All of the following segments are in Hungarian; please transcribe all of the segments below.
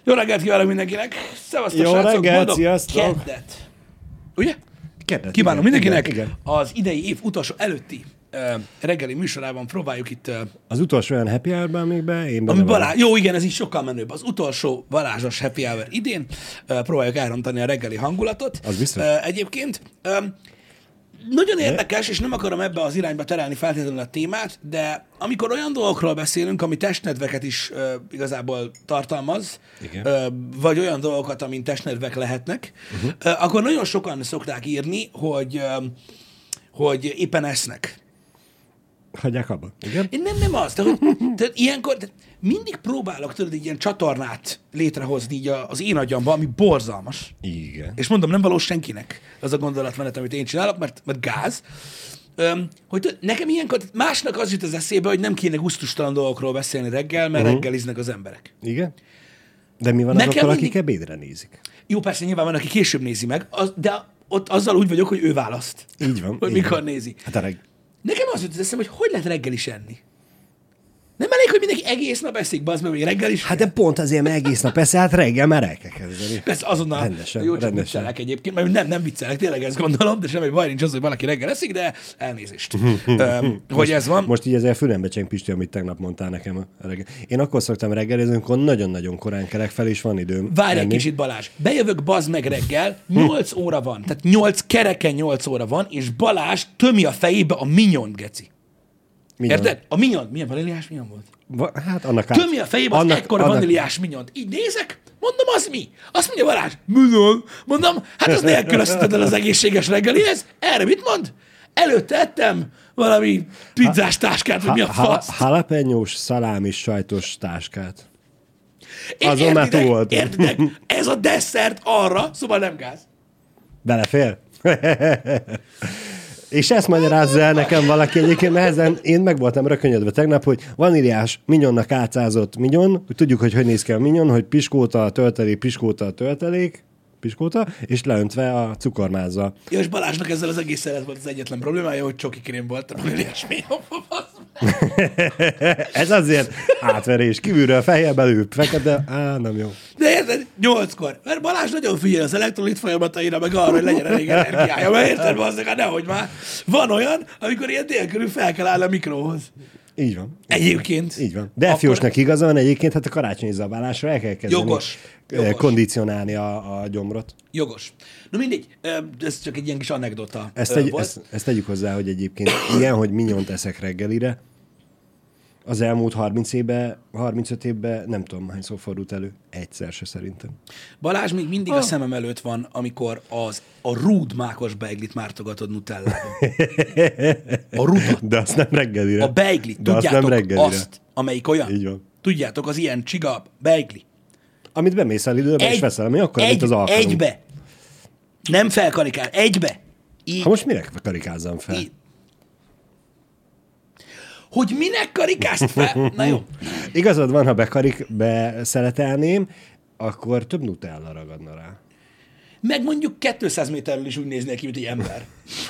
Jó reggelt kívánok mindenkinek! Szevasztok, Jó srácok! reggelt, Boldog sziasztok! keddet! Ugye? Kedvet, Kívánok igen, mindenkinek! igen. Az idei év utolsó előtti reggeli műsorában próbáljuk itt... Az utolsó olyan happy hour-ban még be, én Ami benne vagyok. jó, igen, ez is sokkal menőbb. Az utolsó Balázsos happy hour idén. Próbáljuk elrontani a reggeli hangulatot. Az biztos. Egyébként nagyon érdekes, és nem akarom ebbe az irányba terelni feltétlenül a témát, de amikor olyan dolgokról beszélünk, ami testnedveket is igazából tartalmaz, vagy olyan dolgokat, amin testnedvek lehetnek, akkor nagyon sokan szokták írni, hogy éppen esznek. Hagyják abba. Igen? Én nem az, tehát ilyenkor mindig próbálok tudod egy ilyen csatornát létrehozni így az én agyamban, ami borzalmas. Igen. És mondom, nem valós senkinek az a gondolatmenet, amit én csinálok, mert gáz. Hogy tudod, nekem ilyenkor, másnak az jut az eszébe, hogy nem kéne gusztustalan dolgokról beszélni reggel, mert reggeliznek az emberek. Igen? De mi van Nekem azokkal, mindig- akik ebédre nézik? Jó, persze nyilván van, aki később nézi meg, de ott azzal úgy vagyok, hogy ő választ. Így van. Hogy így mikor van. nézi. Hát Nekem az jut az eszembe, hogy lehet reggel is enni. Nem elég, hogy mindenki egész nap eszik, bazd meg, hogy reggel is. Hát de pont azért, mert egész nap persze, hát reggel már el kell kezdeni. Persze azonnal, Rendesen, jó, csak rendesen. viccelek egyébként, mert nem viccelek, tényleg ezt gondolom, de semmi baj nincs az, hogy valaki reggel eszik, de elnézést, hogy ez van. Most így ezzel fülembe cseng Pisti, amit tegnap mondtál nekem a reggel. Én akkor szoktam reggelizni, amikor nagyon-nagyon korán kelek fel, és van időm. Várj egy enni. kicsit, Balázs. Bejövök, bazd meg reggel, 8 óra van, tehát kereken 8 óra van, és Balázs tömi a fejébe a minyont, geci. Mignon. Érted? A minyon, milyen vaníliás minyon volt? Hát annak Tömi a fejébe az ekkora vaníliás minyont. Így nézek, mondom, az mi? Azt mondja Balázs, minyon. Mondom, hát az nélkülözheted el az egészséges reggelihez. Erre mit mond? Előtte ettem valami pizzás táskát, vagy mi a fasz. Jalapenyós, szalámis, sajtos táskát. Azon már túl voltam. Értitek? Ez a desszert arra, szóval nem gáz. Belefér? És ezt magyarázza el nekem valaki egyébként nehezen. Én meg voltam rökönyödve tegnap, hogy vaníliás minyonnak átszázott minyon, hogy tudjuk, hogy néz ki a minyon, hogy piskóta a töltelék, és leöntve a cukormázzal. Ja, és Balázsnak ezzel az egész szeret volt az egyetlen problémája, hogy csoki krém volt a vaníliás minyonban. Ez azért átverés. Kívülről fehér, belül fekete. Nem jó. De érted? 8-kor. Mert Balázs nagyon figyel az elektrolit folyamataira, meg arra, hogy legyen elég energiája. Mert érted, bazdmeg, hát nehogy már. Van olyan, amikor ilyen délkörül fel kell állni a mikróhoz. Így van. Egyébként. Így van. De Fiósnak igaza van, egyébként hát a karácsonyi zabálásra el kell kezdeni. Jogos. Kondicionálni a gyomrot. Jogos. Na mindegy, ez csak egy ilyen kis anekdota volt. Ezt tegyük hozzá, hogy egyébként ilyen, hogy minyont eszek reggelire, az elmúlt 35 évben nem tudom hányszor fordult elő. Egyszer se szerintem. Balázs még mindig a szemem előtt van, amikor a rúd mákos beiglit mártogatod nutellában. A rudat. De azt nem reggelire. A beiglit. De Tudjátok azt nem reggelire. azt, amelyik olyan? Így van. Tudjátok, az ilyen csiga beigli. Amit bemész el időben, és veszel, ami akkor, mint az alkalom. Egybe. Nem felkarikál, egybe. Így. Ha most minek karikázzam fel? Így. Hogy minek karikázd fel? Na jó. Igazad van, ha beszeletelném, akkor több Nutella ragadna rá. Meg mondjuk 200 méterről is úgy néznék ki, mint egy ember.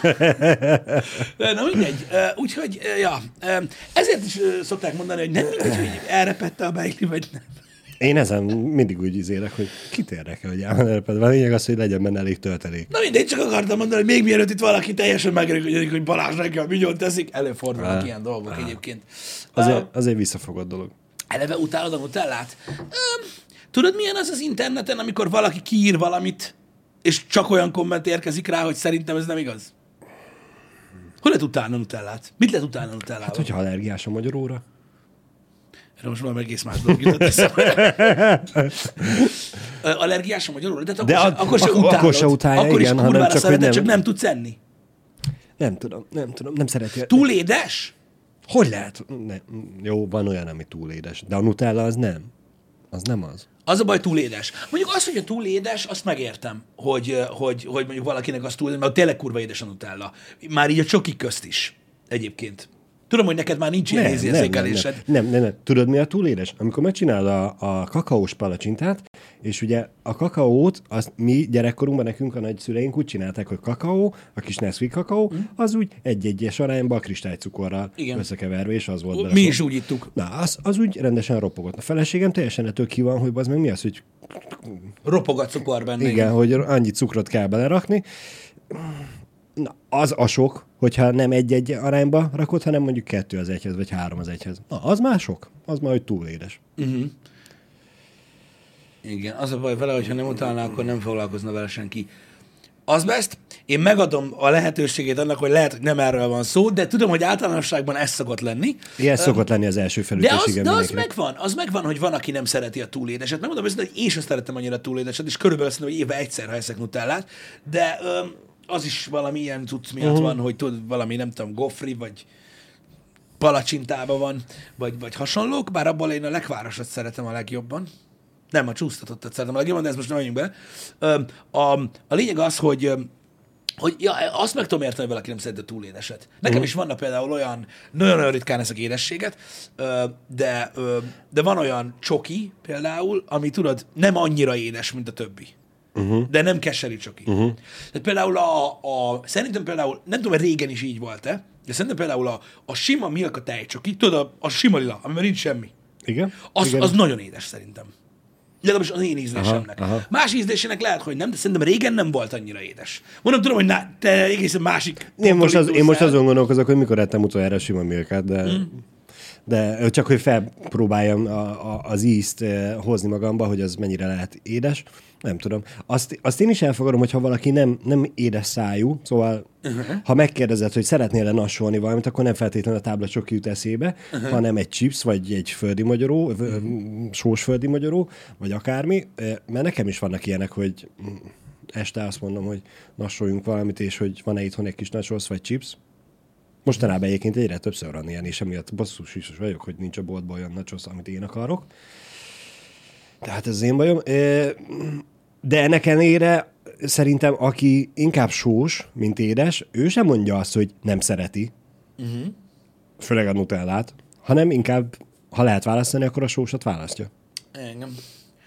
Na mindegy. Úgyhogy, ja. Ezért is szokták mondani, hogy nem mindegy, hogy elrepette a beigli, vagy nem. Én ezen mindig úgy izélek, hogy kit érdekel, hogy elmenelpedve. A lényeg az, hogy legyen benne elég töltelék. Na mindegy, csak akartam mondani, hogy még mielőtt itt valaki teljesen megerősödik, hogy Balázs reggel minyont teszik, előfordulnak ilyen dolgok egyébként. Azért visszafogott dolog. Eleve utálod a nutellát? Tudod, milyen az interneten, amikor valaki kiír valamit, és csak olyan komment érkezik rá, hogy szerintem ez nem igaz? Hogy lehet utálni a nutellát? Mit lehet utálni a nutellával? Hát, hogyha allergiás a magyaróra. Erre most valami egész más dolog jutott eszembe. Allergiás a magyaróra? De akkor se utálod. Akkor se utálja, akkor igen, is hanem kurvára csak, szereted, hogy nem. csak nem tudsz enni. Nem tudom, nem szereti. Túl édes? Hogy lehet? Jó, van olyan, ami túl édes. De a Nutella az nem. Az nem az. Az a baj, túl édes. Mondjuk azt, hogy a túl édes, azt megértem, hogy mondjuk valakinek az túl édes, mert tényleg kurva édes a Nutella. Már így a csokik közt is egyébként. Tudom, hogy neked már nincs ilyen érzékelésed. Nem. Tudod, mi a túlédes? Amikor megcsinálod a kakaós palacsintát, és ugye a kakaót, azt mi gyerekkorunkban nekünk a nagyszüleink úgy csinálták, hogy kakaó, a kis Nesquik kakaó, az úgy egy-egyes arányban a kristálycukorral összekeverve, és az volt bele. Mi is úgy ittuk. Na, az úgy rendesen ropogott. A feleségem teljesen ettől ki van, hogy az meg mi az, hogy Ropog a cukor benne. Igen, hogy annyi cukrot kell belerakni. Na, az a sok, hogyha nem egy-egy arányba rakod, hanem mondjuk 2:1, vagy 3:1. Na, az már sok. Az már, hogy túl édes. Igen, az a baj vele, hogyha nem utalná, akkor nem foglalkozna vele senki. Azbest, én megadom a lehetőségét annak, hogy lehet, hogy nem erről van szó, de tudom, hogy általánosságban ez szokott lenni. Ilyen szokott lenni az első felütés, igen. De az megvan, hogy van, aki nem szereti a túlédeset. Megmondom őszintén, hogy én sem szeretem annyira a túlédeset, és körülbelül azt mondom, hogy éve egyszer, ha eszek nutellát, de az is valami ilyen cucc miatt van, hogy tudod, valami, nem tudom, gofri, vagy palacsintában van, vagy hasonlók, bár abból én a lekvárosat szeretem a legjobban. Nem, a csúsztatottat szeretem a legjobban, de ezt most nem menjünk bele. A lényeg az, hogy ja, azt meg tudom érteni, hogy valaki nem szereti a túlédeset. Nekem is vannak például olyan, nagyon-nagyon ritkán ezek édességet, de van olyan csoki például, ami tudod, nem annyira édes, mint a többi. De nem keserű csoki. Tehát például szerintem például, nem tudom, hogy régen is így volt-e, de szerintem például a sima Milka tejcsoki, tudod, a sima lila, amiben nincs semmi. Igen? Az nagyon édes szerintem. Legalábbis az én ízlésemnek. Aha. Más ízlésének lehet, hogy nem, de szerintem régen nem volt annyira édes. Mondom, tudom, hogy te egészen másik... Én most azon gondolkozok, hogy mikor ettem utoljára sima Milkát, de csak, hogy felpróbáljam az ízt hozni magamba, hogy az mennyire lehet édes. Nem tudom. Azt én is elfogadom, hogyha valaki nem édes szájú, szóval ha megkérdezed, hogy szeretnél-e nassolni valamit, akkor nem feltétlenül a tábla csoki jut eszébe, hanem egy chips, vagy egy földi magyaró, sós földi magyaró, vagy akármi. Mert nekem is vannak ilyenek, hogy este azt mondom, hogy nassoljunk valamit, és hogy van-e itthon egy kis nachos, vagy chips. Mostanában egyébként egyre többször van ilyen, és emiatt basszus is vagyok, hogy nincs a boltban olyan nachos, amit én akarok. Tehát ez az én bajom. De ennek ellenére szerintem, aki inkább sós, mint édes, ő sem mondja azt, hogy nem szereti, főleg a nutellát, hanem inkább, ha lehet választani, akkor a sósat választja. Engem.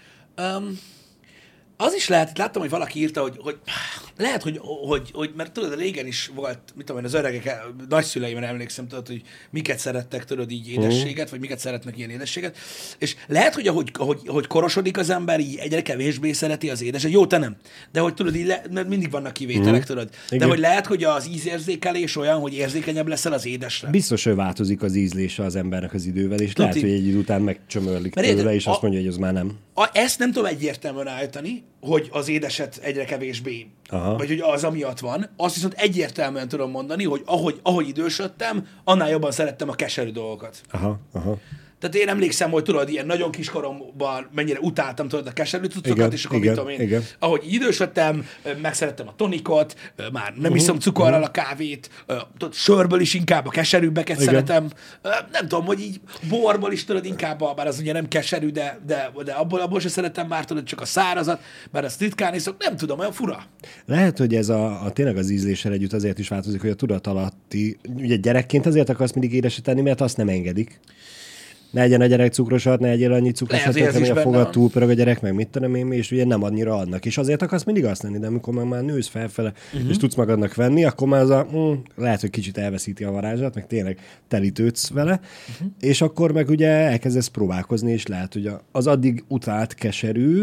Az is lehet, láttam, hogy valaki írta, hogy lehet, hogy mert tudod, régen is volt, mit tudom én, az öregek, nagyszüleimre emlékszem, tudod, hogy miket szerettek, tudod, így édességet, vagy miket szeretnek ilyen édességet, és lehet, hogy ahogy korosodik az ember, így egyre kevésbé szereti az édeset, jó, te nem, de hogy tudod, így mert mindig vannak kivételek, tudod, de hogy lehet, hogy az ízérzékelés olyan, hogy érzékenyebb leszel az édesre. Biztos, hogy változik az ízlése az embernek az idővel, és lehet, hogy egy idő után megcsömörlik tőle, és azt mondja, hogy az már nem. Ezt nem tudom egyértelműen állítani, hogy az édeset egyre kevésbé, vagy hogy az amiatt van. Azt viszont egyértelműen tudom mondani, hogy ahogy idősödtem, annál jobban szerettem a keserű dolgokat. Aha. Tehát én emlékszem, hogy tudod, ilyen nagyon kiskoromban mennyire utáltam, tudod, a keserű cuccokat, és akkor mit tudom én. Igen. Ahogy idősödtem, megszerettem a tonikot, már nem iszom cukorral a kávét, tudod, sörből is inkább a keserűbbeket szeretem. Nem tudom, hogy így borból is tudod, inkább, bár az ugye nem keserű, de abból sem szeretem már, tudod, csak a szárazat, bár azt ritkán iszok, nem tudom, olyan fura. Lehet, hogy ez tényleg az ízléssel együtt azért is változik, hogy a tudatalatti, ugye gyerekként azért akarsz mindig édeset tenni, mert azt nem engedik. Ne egyen a gyerek cukrosat, ne egyél annyi cukrosat, hogy a fogad túlpörög a gyerek, meg mit tudom én, és ugye nem annyira adnak. És azért akarsz mindig azt lenni, de amikor már nősz felfele, és tudsz magadnak venni, akkor már az lehet, hogy kicsit elveszíti a varázsát, meg tényleg telítődsz vele, és akkor meg ugye elkezdesz próbálkozni, és lehet, hogy az addig utált keserű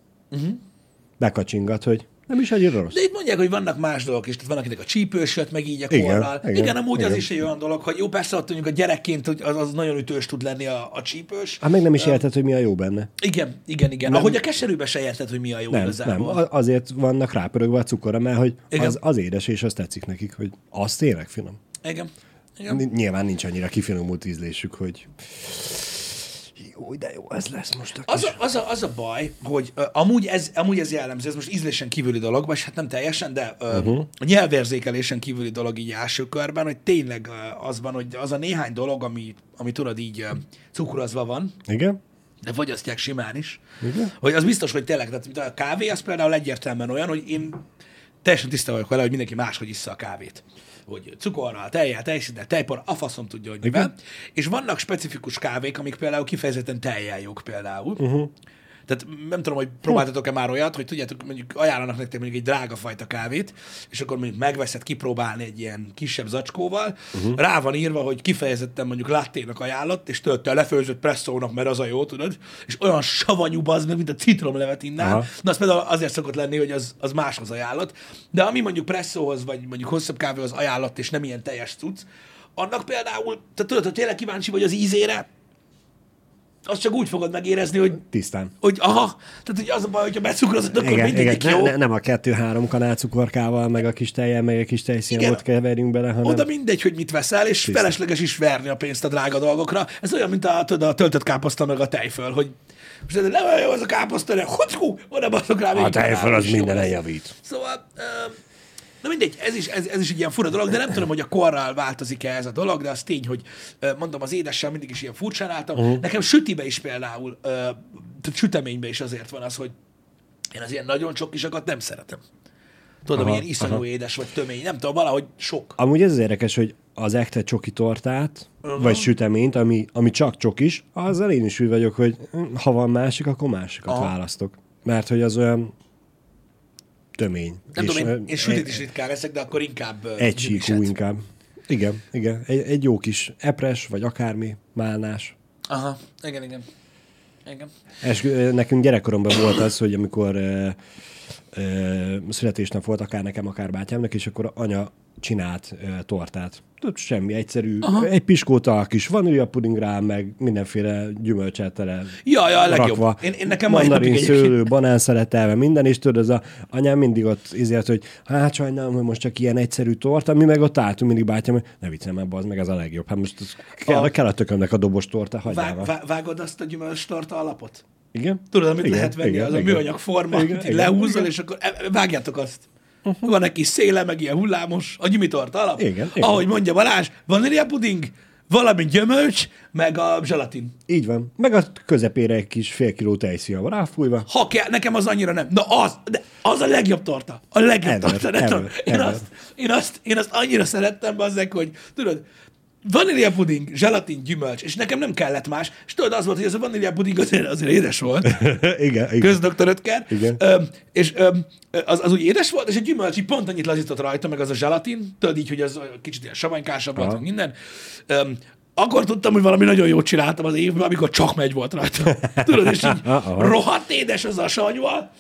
bekacsingat, hogy nem is annyira rossz. De itt mondják, hogy vannak más dolgok is, tehát van, akinek a csípős jött meg így a korral. Igen, amúgy az is egy olyan dolog, hogy jó, persze ott mondjuk a gyerekként, hogy az nagyon ütős tud lenni a csípős. Hát meg nem is érted, hogy mi a jó benne. Igen. Nem. Ahogy a keserűbe se érted, hogy mi a jó igazából. Nem, azért vannak rápörögve a cukorra, mert hogy az édes, és az tetszik nekik, hogy az tényleg finom. Igen. Nyilván nincs annyira kifinomult ízlésük, hogy jó, de jó, ez lesz most a az a baj, hogy amúgy ez jellemző, ez most ízlésen kívüli dolog, vagy hát nem teljesen, de a nyelvérzékelésen kívüli dolog így első körben, hogy tényleg az van, hogy az a néhány dolog, ami tudod így cukrozva van, igen, de fogyasztják simán is, igen, hogy az biztos, hogy tényleg, tehát a kávé az például egyértelműen olyan, hogy én teljesen tiszta vagyok vele, hogy mindenki máshogy issza a kávét. Hogy cukorral, tejjel, tejszínnel, tejporral, a faszom tudja, hogy mivel. És vannak specifikus kávék, amik például kifejezetten tejjel jók például. Tehát nem tudom, hogy próbáltatok-e már olyat, hogy tudjátok, mondjuk ajánlanak nektek mondjuk egy drága fajta kávét, és akkor mondjuk megveszed kipróbálni egy ilyen kisebb zacskóval, rá van írva, hogy kifejezetten mondjuk latténak ajánlott, és tölttel lefőzött presszónak, mert az a jó, tudod, és olyan savanyú bazd meg, mint a citromlevet innál. Na, az például azért szokott lenni, hogy az máshoz ajánlott. De ami mondjuk presszóhoz, vagy mondjuk hosszabb kávéhoz ajánlott, és nem ilyen teljes cucc, annak például, tehát tudod, hogy tényleg kíváncsi vagy az ízére, azt csak úgy fogod megérezni, hogy... Tisztán. Hogy aha, tehát hogy az a baj, hogyha becukrozod, akkor mindegyik jó. Nem a 2-3 kanál cukorkával, meg a kis tejjel, meg a kis tejszínjavot keverjünk bele, hanem... Oda mindegy, hogy mit veszel, és tisztán. Felesleges is verni a pénzt a drága dolgokra. Ez olyan, mint a töltött káposzta meg a tejföl, hogy most nem olyan jó az a káposzta, de huckú, oda baszok rá még a tejföl az mindenen javít. Szóval... Na mindegy, ez is egy ilyen fura dolog, de nem tudom, hogy a korral változik-e ez a dolog, de az tény, hogy mondom, az édessel mindig is ilyen furcsán álltam. Nekem sütibe is például, tehát süteménybe is azért van az, hogy én az ilyen nagyon csokisakat nem szeretem. Tudom, ilyen iszonyú édes vagy tömény, nem tudom, valahogy sok. Amúgy ez az érdekes, hogy az ekte csoki tortát, vagy süteményt, ami csak csokis, azzal én is úgy vagyok, hogy ha van másik, akkor másikat választok. Mert hogy az olyan tömény. Nem tudom, én sütit is ritkán eszek, de akkor inkább... Egysíkú inkább. Igen. Egy jó kis epres, vagy akármi, málnás. Aha, igen. És nekünk gyerekkoromban volt az, hogy amikor születésnap volt akár nekem, akár bátyámnak, és akkor anya csinált tortát. Semmi, egyszerű. Egy piskóta, kis vaníliapuding rá, meg mindenféle gyümölcset tele Ja, legjobb. rakva. Én nekem mandarin, szőlő, banán szeretelve, minden, és tudod, az anyám mindig ott izért, hogy hát sajnálom, hogy most csak ilyen egyszerű torta, mi meg ott álltunk mindig bátyám, hogy ne viccem ebbe, az meg az a legjobb. Hát most kell a tökömnek a dobos torta, hagyjál. Vágod azt a gyümölcs torta alapot? Igen. Tudod, amit lehet venni, az a műanyag forma, amit lehúzol, és akkor vágjátok azt. Van egy kis széle, meg ilyen hullámos, a gyümitorta alap. Igen. Ahogy mondja Balázs, vaníliapuding, valami gyümölcs, meg a zselatin. Így van. Meg a közepére egy kis fél kiló tejszíja van ráfújva. Ha kell, nekem az annyira nem. Na az a legjobb torta. A legjobb torta. Én azt annyira szerettem bazzeg, hogy tudod, vaníliapuding, zselatin, gyümölcs, és nekem nem kellett más, és tudod, az volt, hogy ez a vaníliapuding azért édes volt. Igen. Közdoktor Ötker. Igen. És az úgy édes volt, és a gyümölcs így pont annyit lazított rajta, meg az a zselatin, tudod így, hogy az kicsit ilyen savanykásabb volt, meg minden. Akkor tudtam, hogy valami nagyon jót csináltam az évben, amikor csak megy volt rajta. Tudod, és így rohadt édes az a savanyúval.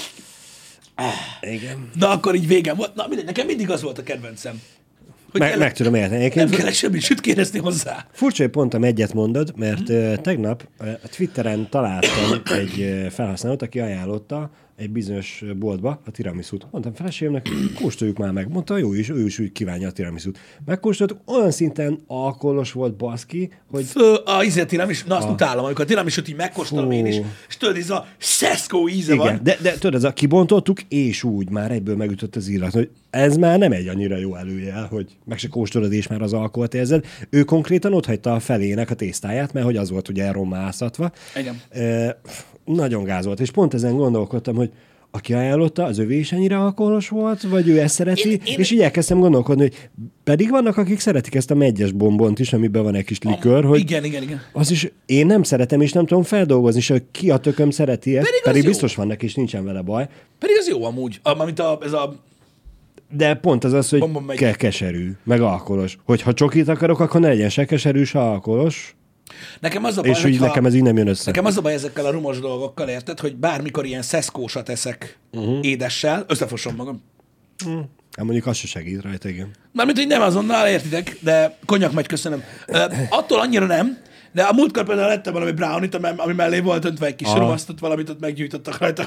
Igen. Na, akkor így végem volt. Na, nekem mindig az volt a kedvencem. Meg tudom érteni. Nem kellett semmit sütkérezni hozzá. Furcsa, hogy pont a megyet mondod, mert tegnap a Twitteren találtam egy felhasználót, aki ajánlotta egy bizonyos boltba a tiramisút. Mondtam feleségemnek, kóstoljuk már meg. Mondta, jó is, ő is úgy kívánja a tiramisút. Megkóstoltuk, olyan szinten alkoholos volt baszki, hogy... A tiramisu, na azt utálom, amikor a tiramisút így megkóstolom én is, és tudod, ez a szeszkó íze van. De tudod, kibontottuk, és úgy már egyből megütött az illat, hogy ez már nem egy annyira jó előjel, hogy meg se kóstolod, és már az alkoholt érzed. Ő konkrétan ott hagyta a felének a tésztáját, mert hogy az volt ugye rommáztatva. Igen. Nagyon gáz volt, és pont ezen gondolkodtam, hogy aki ajánlotta, az övé is ennyire alkoholos volt, vagy ő ezt szereti, és így elkezdtem gondolkodni, hogy pedig vannak, akik szeretik ezt a megyes bombont is, amiben van egy kis likör, hogy igen. az is én nem szeretem, és nem tudom feldolgozni, és hogy ki a tököm szereti ezt, pedig biztos vannak, és nincsen vele baj. Pedig az jó amúgy, ez a... De pont az, hogy keserű, meg alkoholos. Hogyha csokit akarok, akkor ne legyen se keserű, se alkoholos. Nekem az a baj, és úgy nekem ez így nem jön össze. Nekem az a baj ezekkel a rumos dolgokkal, érted, hogy bármikor ilyen szeszkósat eszek édessel, összefosom magam. Hát mondjuk az se segít rajta, igen. Mármint, hogy nem azonnal, értitek, de konyak megy, köszönöm. Attól annyira nem, de a múltkor például lettem valami brownie-t, ami mellé volt öntve egy kis rumasztot, valamit ott meggyújtottak rajta.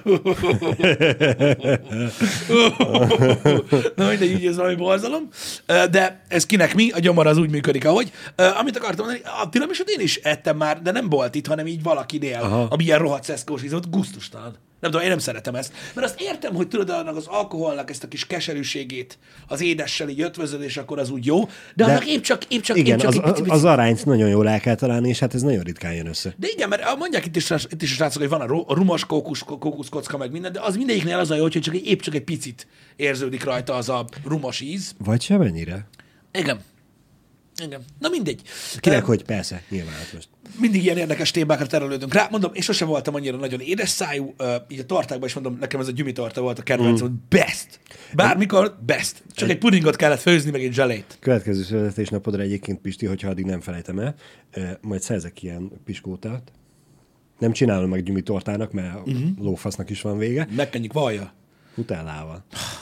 Na mindegy, így ez valami borzalom. De ez kinek mi, a gyomor az úgy működik, ahogy. Amit akartam mondani, a tiramisút én is ettem már, de nem volt itt, hanem így valakinél, ami ilyen rohadt szeszkós íz volt, gusztustalan. Nem tudom, én nem szeretem ezt. Mert azt értem, hogy tudod, annak az alkoholnak ezt a kis keserűségét az édessel így ötvözöd, és akkor az úgy jó, de annak épp csak igen, az arányt nagyon jól el kell találni, és hát ez nagyon ritkán jön össze. De igen, mert mondják itt is a srácok, hogy van a rumos kókuszkocka, meg minden, de az mindegyiknél az a jó, hogy épp csak egy picit érződik rajta az a rumos íz. Vagy sem ennyire. Igen. Igen. Na mindegy. Kinek, hogy persze, nyilván most. Mindig ilyen érdekes témákra terelődünk rá. Mondom, én sosem voltam annyira nagyon édes szájú, így a tortákban is mondom, nekem ez a gyümitorta volt a kedvencem, best. Bármikor best. Csak egy pudingot kellett főzni, meg egy zselét. Következő születésnapodra egyébként, Pisti, hogyha addig nem felejtem el, majd szerzek ilyen piskótát. Nem csinálom meg gyümitortának, mert lófasznak is van vége. Megkenjük vajjal. Nutellával.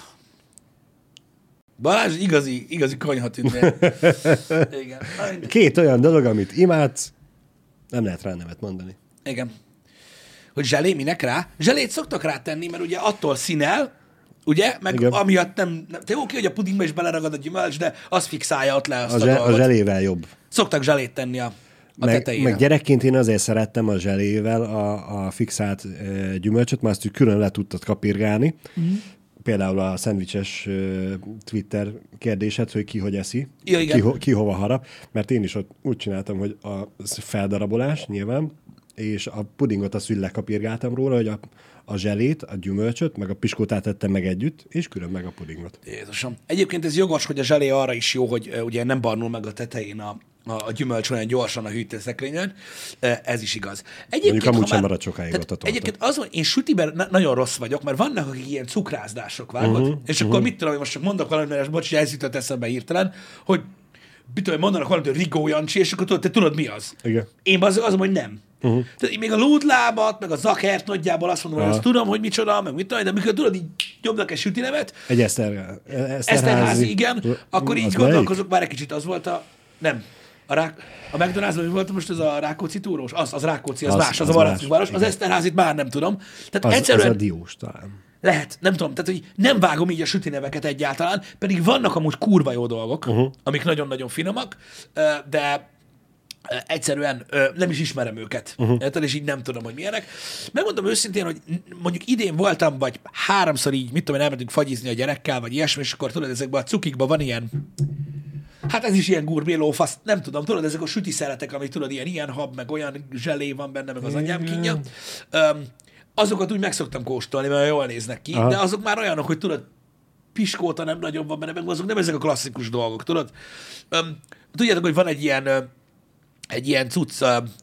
Balázs igazi konyhatündér. Igen. Két olyan dolog, amit imádsz, nem lehet rá nevet mondani. Igen. Hogy zselé, minek rá? Zselét szoktak rátenni, mert ugye attól színel, ugye? Meg igen. Amiatt nem te oké, hogy a pudingba is beleragad a gyümölcs, de az fixálja ott le azt a dolgot. A zselével jobb. Szoktak zselét tenni a tetejére. Meg gyerekként én azért szerettem a zselével a fixált gyümölcsöt, mert azt úgy külön le tudtad kapirgálni. Például a szendvicses Twitter kérdéset, hogy ki hogy eszi, ja, ki hova harap, mert én is ott úgy csináltam, hogy a feldarabolás nyilván, és a pudingot azt úgy lekapirgáltam róla, hogy a zselét, a gyümölcsöt, meg a piskótát tettem meg együtt, és külön meg a pudingot. Jézusom. Egyébként ez jogos, hogy a zselé arra is jó, hogy ugye nem barnul meg a tetején a gyümölcs olyan gyorsan a hűtőszekrényen. Ez is igaz. Mondjuk amúgy sem marad sokáig ott a torta. Egyébként azon, én sütiben nagyon rossz vagyok, mert vannak, akik ilyen cukrázdások, vágod? És akkor mit tudom, most csak mondok valamit, mert bocs, ez jutott eszembe hirtelen, hogy mit tudom, mondanak valamit, hogy Rigó Jancsi, és akkor te tudod, mi az. Igen. Én azon, hogy nem. Tehát még a lúdlábat, meg a zakert nagyjából azt mondom, hogy azt tudom, hogy micsoda, meg mit tudom, de amikor tudod, így nyomnak egy sütinevet. Egy Eszterházi, igen, akkor így gondolkozok, már egy kicsit az volt nem. A McDonald's-ban mi volt most ez a Rákóczi túrós? Az Rákóczi, az más, az a Maracikváros. Az Eszterházit már nem tudom. Tehát egyszerűen... Az a diós talán. Lehet, nem tudom. Tehát, hogy nem vágom így a sütineveket egyáltalán, pedig vannak amúgy kurva jó dolgok, amik nagyon-nagyon finomak, de egyszerűen nem is ismerem őket. És így nem tudom, hogy milyenek. Megmondom őszintén, hogy mondjuk idén voltam, vagy 3-szor így, mit tudom én, elmentünk fagyizni a gyerekkel, vagy ilyesmi, és akkor tudod, ezekben a cukikban van ilyen. Hát ez is ilyen gurbélófasz, nem tudom, tudod, ezek a sütiszeletek, amik tudod, ilyen hab, meg olyan zselé van benne, meg az anyám kínja. Azokat úgy meg szoktam kóstolni, mert jól néznek ki, de azok már olyanok, hogy tudod, piskóta nem nagyon van benne, meg azok nem ezek a klasszikus dolgok, tudod. Tudjátok, hogy van egy ilyen cucc,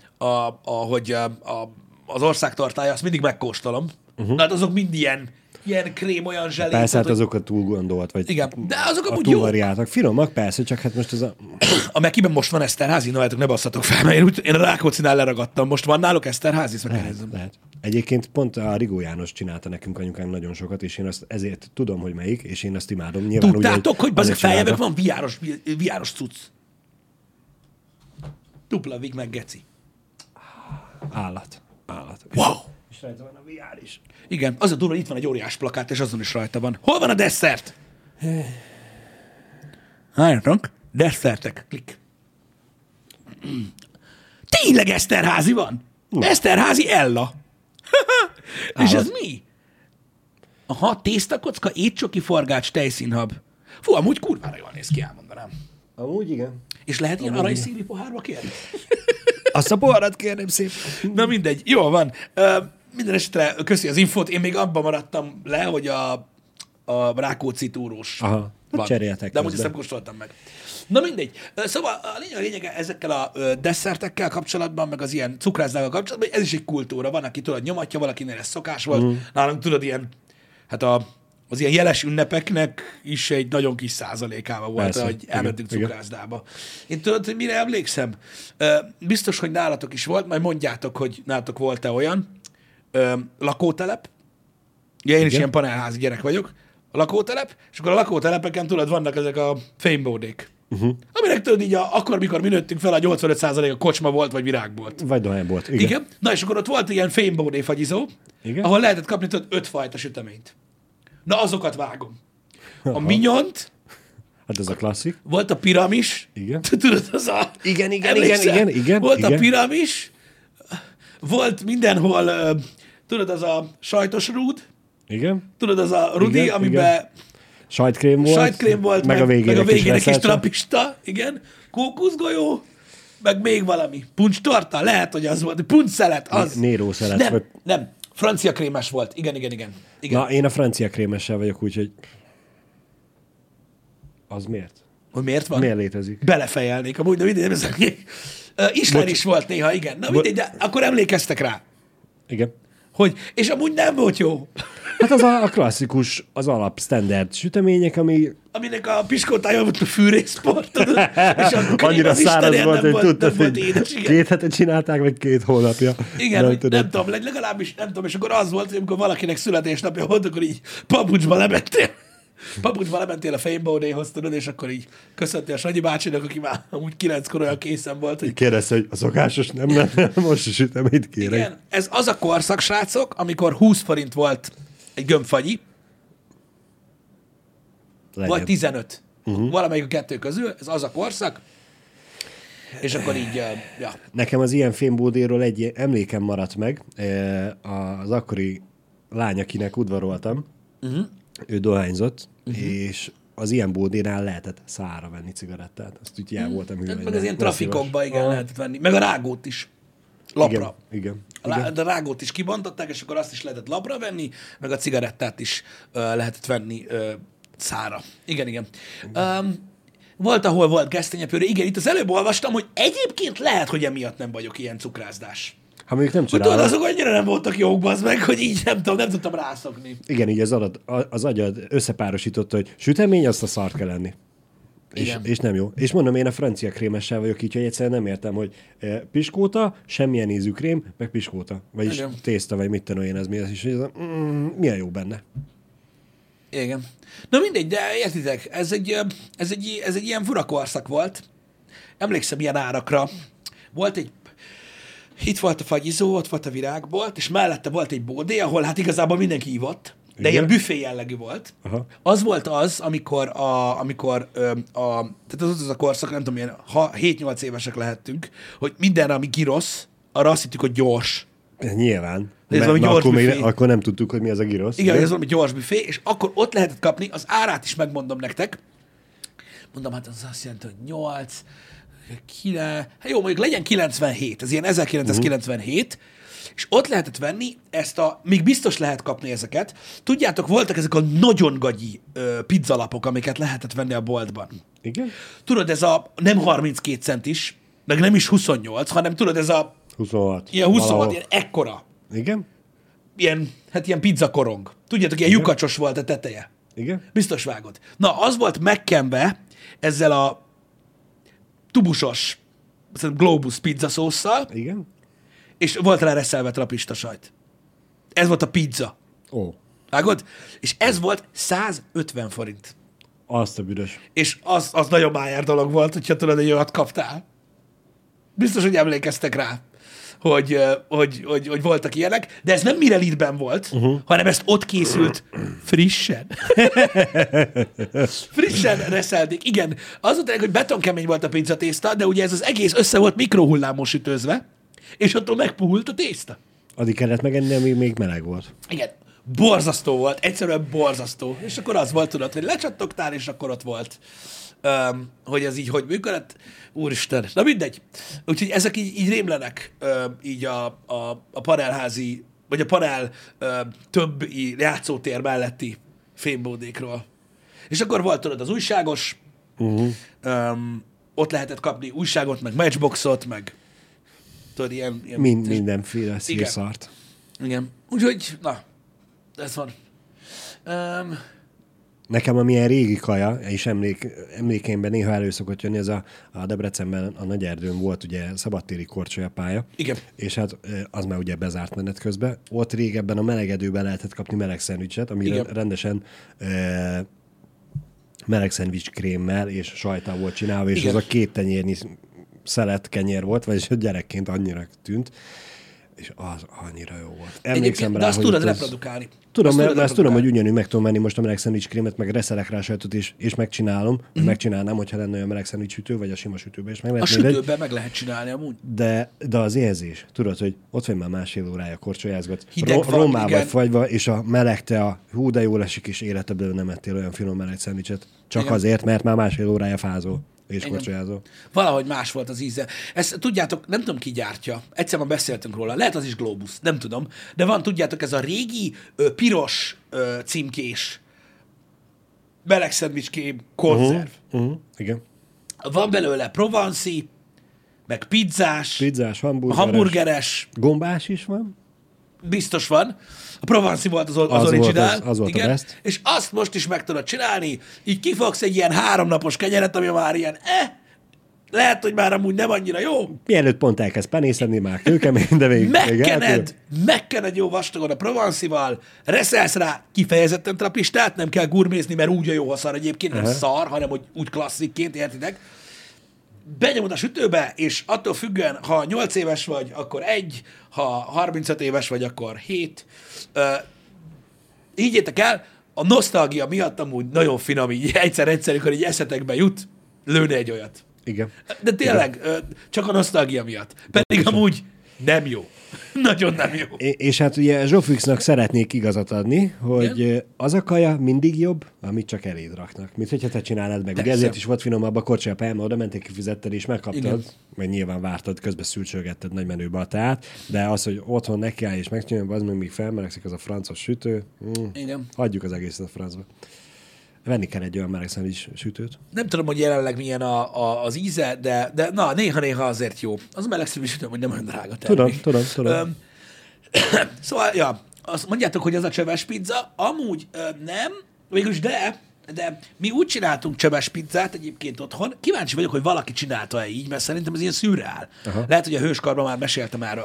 hogy az országtartája, azt mindig megkóstolom. Na, hát azok mind ilyen krém, olyan zselé. Persze, hát azok a túl gondolt, vagy igen, de azok amúgy jók. Finomak, persze, csak hát most ez a Mekiben most van Eszterházi? Na, ne basszatok fel, mert én a Rákóczinál leragadtam. Most van náluk Eszterházi? Lehet. Egyébként pont a Rigó János csinálta nekünk anyukám nagyon sokat, és én azt ezért tudom, hogy melyik, és én azt imádom. Nyilván tudtátok, hogy azok feljövök van viáros cucc? Dupla vig meg geci. Állat. Wow! És rajta van a VR is. Igen, az a durva, itt van egy óriás plakát, és azon is rajta van. Hol van a desszert? Hányatok? Desszertek. Klik. Tényleg Eszterházi van? Eszterházi Ella. És ez mi? Aha, tésztakocka, étcsoki, forgács, tejszínhab. Fú, amúgy kurvára jól néz ki, elmondanám. Amúgy igen. És lehet ilyen aranyszínű pohárba kérni? Azt a poharat kérném szépen. Na mindegy, jól van. Minden esetre köszi az infót. Én még abban maradtam le, hogy a Rákóczi túrós van. Cseréltek. De amúgy ezt nem kóstoltam meg. Na mindegy. Szóval a lényege ezekkel a desszertekkel kapcsolatban, meg az ilyen cukrászdákkal kapcsolatban, ez is egy kultúra. Van, aki tudod nyomatja, valakinél ez szokás volt. Nálunk tudod ilyen, hát az ilyen jeles ünnepeknek is egy nagyon kis százalékában volt, hogy elmentünk cukrászdába. Én tudod, hogy mire emlékszem? Biztos, hogy nálatok is volt, majd mondjátok, hogy nálatok volt-e olyan lakótelep. Ja, én is ilyen panelházi gyerek vagyok. A lakótelep, és akkor a lakótelepeken tudod, vannak ezek a fénybódék. Aminek tudod így, akkor, mikor mi nőttünk fel, a 85% a kocsma volt, vagy virágbolt. Vagy dohánybolt. Igen. Na, és akkor ott volt ilyen fénybódé fagyizó, ahol lehetett kapni, tudod, 5 fajta süteményt. Na, azokat vágom. A minyont. Hát ez a klasszik. Volt a piramis. Igen. Tudod, az a... Igen. Volt a piramis. Volt mindenhol, tudod, az a sajtos rúd. Igen. Tudod, az a rudi, amiben... Sajtkrém volt, meg a végén egy kis trapista. Igen. Kókuszgolyó. Meg még valami. Puncstorta. Lehet, hogy az volt. Puncszelet. Az. Néró szelet. Nem. Francia krémes volt. Igen. Na, én a francia krémessel vagyok, úgyhogy... Az miért? Hogy miért van? Miért létezik? Belefejelnék, amúgy, de mindegy, nem beszélnék. Isler is volt néha, igen. Na mindegy, de akkor emlékeztek rá, Igen. hogy, és amúgy nem volt jó. Hát az a klasszikus, az alap standard sütemények, ami Aminek a piskótája volt a fűrészport, tudod? És akkor annyira száraz volt, hogy tudtad, volt hogy édes, igen. 2 hete csinálták, vagy 2 hónapja. Igen, hogy nem tudom, legalábbis nem tudom, és akkor az volt, hogy amikor valakinek születésnapja volt, akkor így papucsba lementél. Papucsba lementél a Fénybódéhoz, tudod, és akkor így köszöntél a Sanyi bácsinak, aki már amúgy 9-kor olyan készen volt, hogy... Kérdezte, hogy a szokásos nem lenne, most is süteményt kérek. Igen, ez az a korszak, srácok, amikor 20 forint volt egy gömbfagyi, vagy 15. Valamelyik a kettő közül, ez az a korszak, és akkor így, ja. Nekem az ilyen fémbódéról egy emlékem maradt meg, az akkori lány, akinek udvaroltam, ő dohányzott, és az ilyen bódénál lehetett szára venni cigarettát. Azt úgy jel voltam. Meg az ilyen trafikokba, igen, lehetett venni. Meg a rágót is. Lapra. Igen. A rágót is kibontották, és akkor azt is lehetett lapra venni, meg a cigarettát is lehetett venni szára. Igen. Volt, ahol volt gesztenyepőre. Igen, itt az előbb olvastam, hogy egyébként lehet, hogy emiatt nem vagyok ilyen cukrázdás. Ha mondjuk nem Tudod, csinálod. azok annyira nem voltak jók, bazd meg, hogy így nem tudtam rászokni. Igen, így az agyad összepárosította, hogy sütemény, azt a szart kell lenni. És nem jó. És mondom, én a francia krémessel vagyok így, hogy egyszerűen nem értem, hogy piskóta, semmilyen ízű krém, meg piskóta. Vagyis Igen. tészta, vagy mit tudom én, ez mi az is, hogy milyen jó benne. Igen. Na mindegy, de értitek, ez egy ilyen fura korszak volt. Emlékszem ilyen árakra. Itt volt a fagyizó, ott volt a virágbolt, és mellette volt egy bódé, ahol hát igazából mindenki ivott, de igen, ilyen büfé jellegű volt. Aha. Az volt az, tehát az a korszak, nem tudom, ilyen 7-8 évesek lehettünk, hogy mindenre, ami girosz, arra azt hittük, hogy gyors. Nyilván. Ez valami gyors akkor nem tudtuk, hogy mi az a girosz. Igen, hogy ez valami gyors büfé, és akkor ott lehetett kapni, az árát is megmondom nektek. Mondom, hát az azt jelenti, hogy 8, 9, hát jó, mondjuk legyen 97, ez ilyen 1997, és ott lehetett venni még biztos lehet kapni ezeket. Tudjátok, voltak ezek a nagyon gagyi pizzalapok, amiket lehetett venni a boltban. Igen? Tudod, ez nem 32 centis, meg nem is 28, hanem tudod, ez 26. Ilyen 26, Valahol. ilyen ekkora. Igen? Ilyen pizzakorong. Tudjátok, ilyen lyukacsos volt a teteje. Igen? Biztos vágod. Na, az volt megkenve ezzel a tubusos Globus pizzaszósszal, Igen? és volt rá reszelve trapista sajt. Ez volt a pizza. Ó, Vágod? És ez volt 150 forint. azt a büdös. És az nagyon májár dolog volt, hogyha tudod, hogy olyat kaptál. Biztos, hogy emlékeztek rá, hogy voltak ilyenek, de ez nem Mirelitben volt, hanem ezt ott készült frissen. Frissen reszelték. Igen, az volt, hogy betonkemény volt a pizzatészta, de ugye ez az egész össze volt mikrohullámos sütőzve, és attól megpuhult a tészta. Addig kellett megenni, amíg még meleg volt. Igen, borzasztó volt, egyszerűen borzasztó. És akkor az volt, tudod, hogy lecsattogtál, és akkor ott volt, hogy ez így hogy működött. Úristen, na mindegy. Úgyhogy ezek így rémlenek így a panelházi, vagy a panel több játszótér melletti fémbódékról. És akkor volt, tudod, az újságos, ott lehetett kapni újságot, meg matchboxot, meg tudod, ilyen Mindenféle szírszart. Igen. Úgyhogy, na, ez van. Nekem amilyen régi kaja, és emlékeimben néha elő szokott jönni, ez a Debrecenben a Nagyerdőn volt ugye szabadtéri korcsolyapálya. Igen. És hát az már ugye bezárt menet közben. Ott régebben a melegedőben lehetett kapni meleg szendvicset, amire igen, rendesen meleg szendvics krémmel és sajttal volt csinálva, és igen, az a 2 tenyérnyi szelet kenyér volt, vagyis gyerekként annyira tűnt, és az annyira jó volt. Emlékszem rá, de azt hogy tudod az... reprodukálni. Tudom, mert azt tudom, hogy ugyanúgy meg tudom menni most a meleg szendvics krémet, meg reszelek rá sajtot, és megcsinálom. Megcsinálnám, hogyha lenne olyan meleg szendvics sütő, vagy a sima sütőben is meg lehet. A sütőben meg lehet csinálni amúgy. De az érzés, tudod, hogy ott vagy már másfél órája korcsolyázgat, Hideg van, rommá igen, vagy fagyva, és a meleg tea, hú, de jól esik, és életedben nem ettél olyan finom meleg szendvicset. Csak igen, azért, mert már másfél órája fázol. És igen, korcsolyázol. Valahogy más volt az íze. Ezt tudjátok, nem tudom ki gyártja. Egyszer már beszéltünk róla. Lehet az is Globus, nem tudom. De van, tudjátok, ez a régi piros címkés meleg szendvicském, konzerv. Igen. Van belőle provanci, meg pizzás, hamburgeres. Gombás is van. Biztos van. A provanci volt az originál. Az volt igen. A best. És azt most is meg tudod csinálni, így kifogsz egy ilyen 3 napos kenyeret, ami már ilyen lehet, hogy már amúgy nem annyira jó. Mielőtt pont elkezd penészedni, már kőkemény, de még megkened jó vastagon a provancival, reszelsz rá kifejezetten trapistát, nem kell gurmézni, mert úgy a jó, ha szar egyébként, nem szar, hanem hogy úgy klasszikként, értitek? Benyomod a sütőbe, és attól függően, ha 8 éves vagy, akkor 1, ha 35 éves vagy, akkor 7. Higgyétek el, a nosztalgia miatt amúgy nagyon finom, így egyszer, amikor így eszetekbe jut, lőne egy olyat. Igen. De tényleg, csak a nosztalgia miatt. Pedig amúgy nem jó. Nagyon nem jó. És hát ugye Zsófixnak szeretnék igazat adni, hogy igen? Az a kaja mindig jobb, amit csak eléd raknak. Mint hogyha te csinálod meg. Ugye ezért is volt finomabb a kocsiapám, oda mentél, kifizetted és megkaptad, igen. Mert nyilván vártad, közben szülcsölgetted nagy menőbe a teát, de az, hogy otthon nekiáll és megcsinálja, az még felmelegszik az a francos sütő, igen. Hagyjuk az egészet a francba. Venni kell egy olyan melegszendvics sütőt. Nem tudom, hogy jelenleg milyen az íze, de na, néha-néha azért jó. Az a melegszendvics sütő, hogy nem olyan drága termék. Tudom. Szóval, ja, azt mondjátok, hogy ez a csöves pizza. Amúgy nem, végülis de mi úgy csináltunk csöves pizzát egyébként otthon. Kíváncsi vagyok, hogy valaki csinálta-e így, mert szerintem ez ilyen szürreál. Lehet, hogy a Hőskarban már meséltem erről.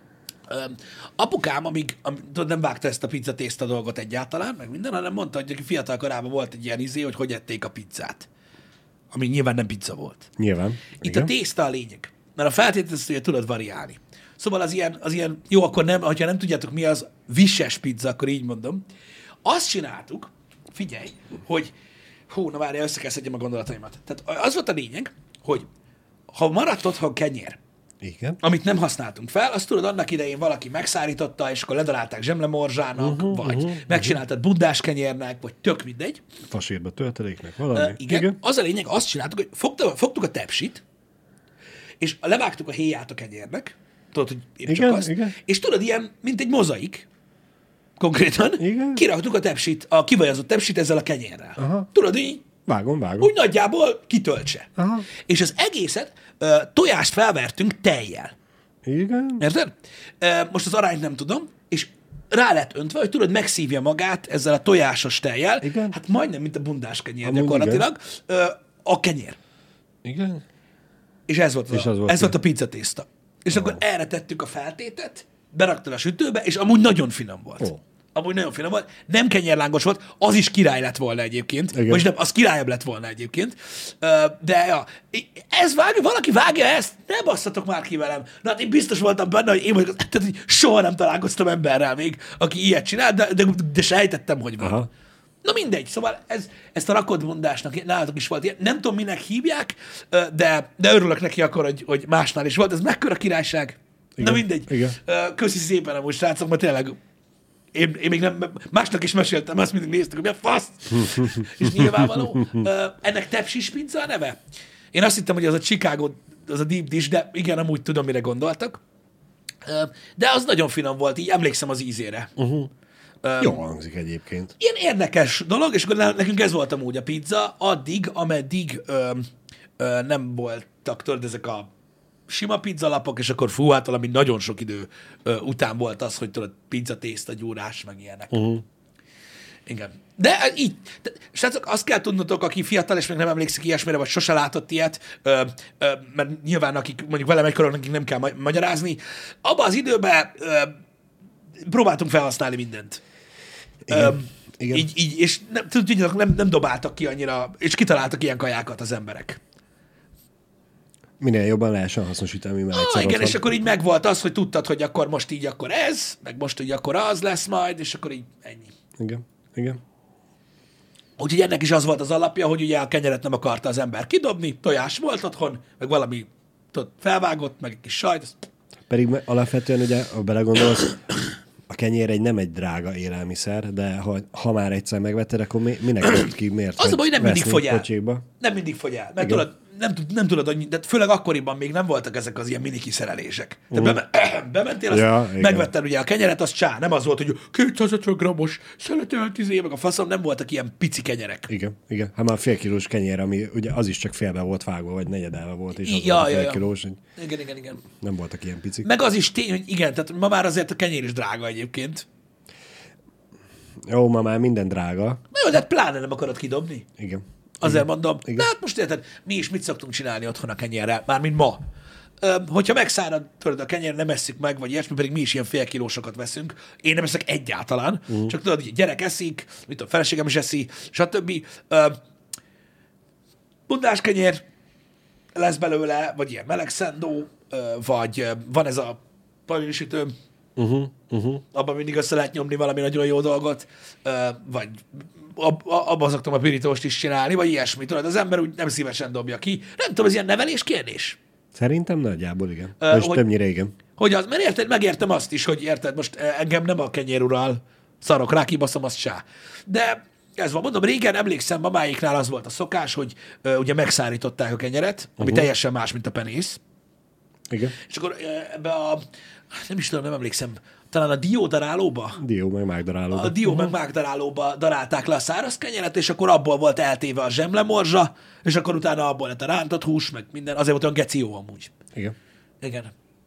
Apukám, amíg nem vágta ezt a pizzatészta dolgot egyáltalán, meg minden, hanem mondta, hogy fiatal korában volt egy ilyen hogy ették a pizzát. Ami nyilván nem pizza volt. Nyilván. Itt igen. A tészta a lényeg. Mert a feltételező, tudod variálni. Szóval az ilyen, jó, akkor nem, ha nem tudjátok mi az vises pizza, akkor így mondom. Azt csináltuk, figyelj, hogy na várjál, össze kell szedjem a gondolataimat. Tehát az volt a lényeg, hogy ha maradt otthon kenyér, igen. Amit nem használtunk fel, azt tudod, annak idején valaki megszárította, és akkor ledarálták zsemlemorzsának, vagy megcsináltad bundás kenyérnek, vagy tök mindegy. Fasírba tölteléknek, valami. Igen. Az a lényeg, azt csináltuk, hogy fogtuk a tepsit, és levágtuk a héját a kenyérnek, tudod, hogy épp csak azt, és tudod, ilyen, mint egy mozaik, konkrétan, kiraktuk a tepsit, a kivajazott tepsit ezzel a kenyérrel. Aha. Tudod, így Vágom. úgy nagyjából kitöltse. Aha. És az egészet tojást felvertünk tejjel. Igen. Érted? Most az arányt nem tudom, és rá lett öntve, hogy tudod, megszívja magát ezzel a tojásos tejjel. Igen. Hát majdnem, mint a bundás kenyér gyakorlatilag. A kenyér. Igen. És ez volt a pizzatészta. És akkor erre tettük a feltétet, beraktad a sütőbe, és amúgy nagyon finom volt. Amúgy nagyon finom volt. Nem kenyérlángos volt, az is király lett volna egyébként. Vagy nem, az királyabb lett volna egyébként. De ja, valaki vágja ezt? Ne basszatok már ki velem. Na hát én biztos voltam benne, hogy én vagyok, tehát hogy soha nem találkoztam emberrel még, aki ilyet csinál, de sejtettem, hogy van. Aha. Na mindegy, szóval ezt a rakodmondásnak nálatok is volt ilyen. Nem tudom, minek hívják, de örülök neki akkor, hogy másnál is volt. Ez mekkora királyság. Igen. Na mindegy. Igen. Köszi szépen amúgy, srácok, mert tényleg én még nem, másnak is meséltem, azt mindig néztük, hogy mi a fasz. És nyilvánvaló. Ennek tepsis pizza a neve? Én azt hittem, hogy az a Chicago, az a deep dish, de igen, amúgy tudom, mire gondoltak. De az nagyon finom volt, így emlékszem az ízére. Jó hangzik egyébként. Ilyen érdekes dolog, és akkor nekünk ez volt amúgy a pizza, addig, ameddig nem voltak, tudod, ezek a sima pizzalapok, és akkor hát valami nagyon sok idő után volt az, hogy tudod, pizzatészta, gyúrás, meg ilyenek. Igen. De így, srácok, azt kell tudnotok, aki fiatal, és még nem emlékszik ilyesmire, vagy sose látott ilyet, mert nyilván akik mondjuk velem egykorok, nekik nem kell magyarázni, abban az időben próbáltunk felhasználni mindent. Igen. Így, és nem dobáltak ki annyira, és kitaláltak ilyen kajákat az emberek. Minél jobban lehessen hasznosítani, igen, és akkor így megvolt az, hogy tudtad, hogy akkor most így akkor ez, meg most így akkor az lesz majd, és akkor így ennyi. Igen. Úgyhogy ennek is az volt az alapja, hogy ugye a kenyeret nem akarta az ember kidobni, tojás volt otthon, meg valami felvágott, meg egy kis sajt. Pedig alapvetően ugye, ha belegondolsz, a kenyér nem egy drága élelmiszer, de ha már egyszer megvetted, akkor minek jött ki, miért? Az a baj, hogy nem mindig fogy el. Kocsékba? Nem mindig fogy el. Mert tudod, nem tudod, annyi, de főleg akkoriban még nem voltak ezek az ilyen mini kiszerelések. Te bementél, megvetted ugye a kenyeret, az csá, nem az volt, hogy 250 grammos szeletelt meg a faszom, nem voltak ilyen pici kenyerek. Igen. Hát már félkilós kenyér, ami ugye az is csak félbe volt vágva, vagy negyedelve volt, és az volt félkilós. Igen. Nem voltak ilyen picik. Meg az is tény, hogy igen, tehát ma már azért a kenyér is drága egyébként. Jó, ma már minden drága. Na jó, de hát pláne nem akarod kidobni. Igen. Azért mondom. De hát most érted, mi is mit szoktunk csinálni otthon a kenyérrel, mármint ma. Hogyha megszárad, tudod, a kenyér nem esszük meg, vagy ilyesmi, pedig mi is ilyen félkilósokat veszünk. Én nem eszek egyáltalán, csak tudod, hogy gyerek eszik, mit a feleségem is eszi, stb. Bundáskenyér lesz belőle, vagy ilyen melegszendó, vagy van ez a pajlisütő, abban mindig össze lehet nyomni valami nagyon jó dolgot, vagy abban szoktam a pirítóst is csinálni, vagy ilyesmi. Tudod, az ember úgy nem szívesen dobja ki. Nem tudom, ez ilyen nevelés kérdés? Szerintem nagyjából igen. És többnyire igen. Hogy az, mert érted, megértem azt is, hogy érted, most engem nem a kenyér ural szarok rá, kibaszom, azt sá. De ez van, mondom, régen emlékszem, mamáiknál az volt a szokás, hogy ugye megszárították a kenyeret, ami teljesen más, mint a penész. Igen. És akkor ebbe a, nem is tudom, nem emlékszem, talán a diódarálóba? Dió meg mágdarálóba. A dió meg mágdarálóba darálták le a száraz kenyeret, és akkor abból volt eltéve a zsemlemorzsa, és akkor utána abból lett a rántott hús, meg minden. Azért volt olyan geci jó amúgy. Igen.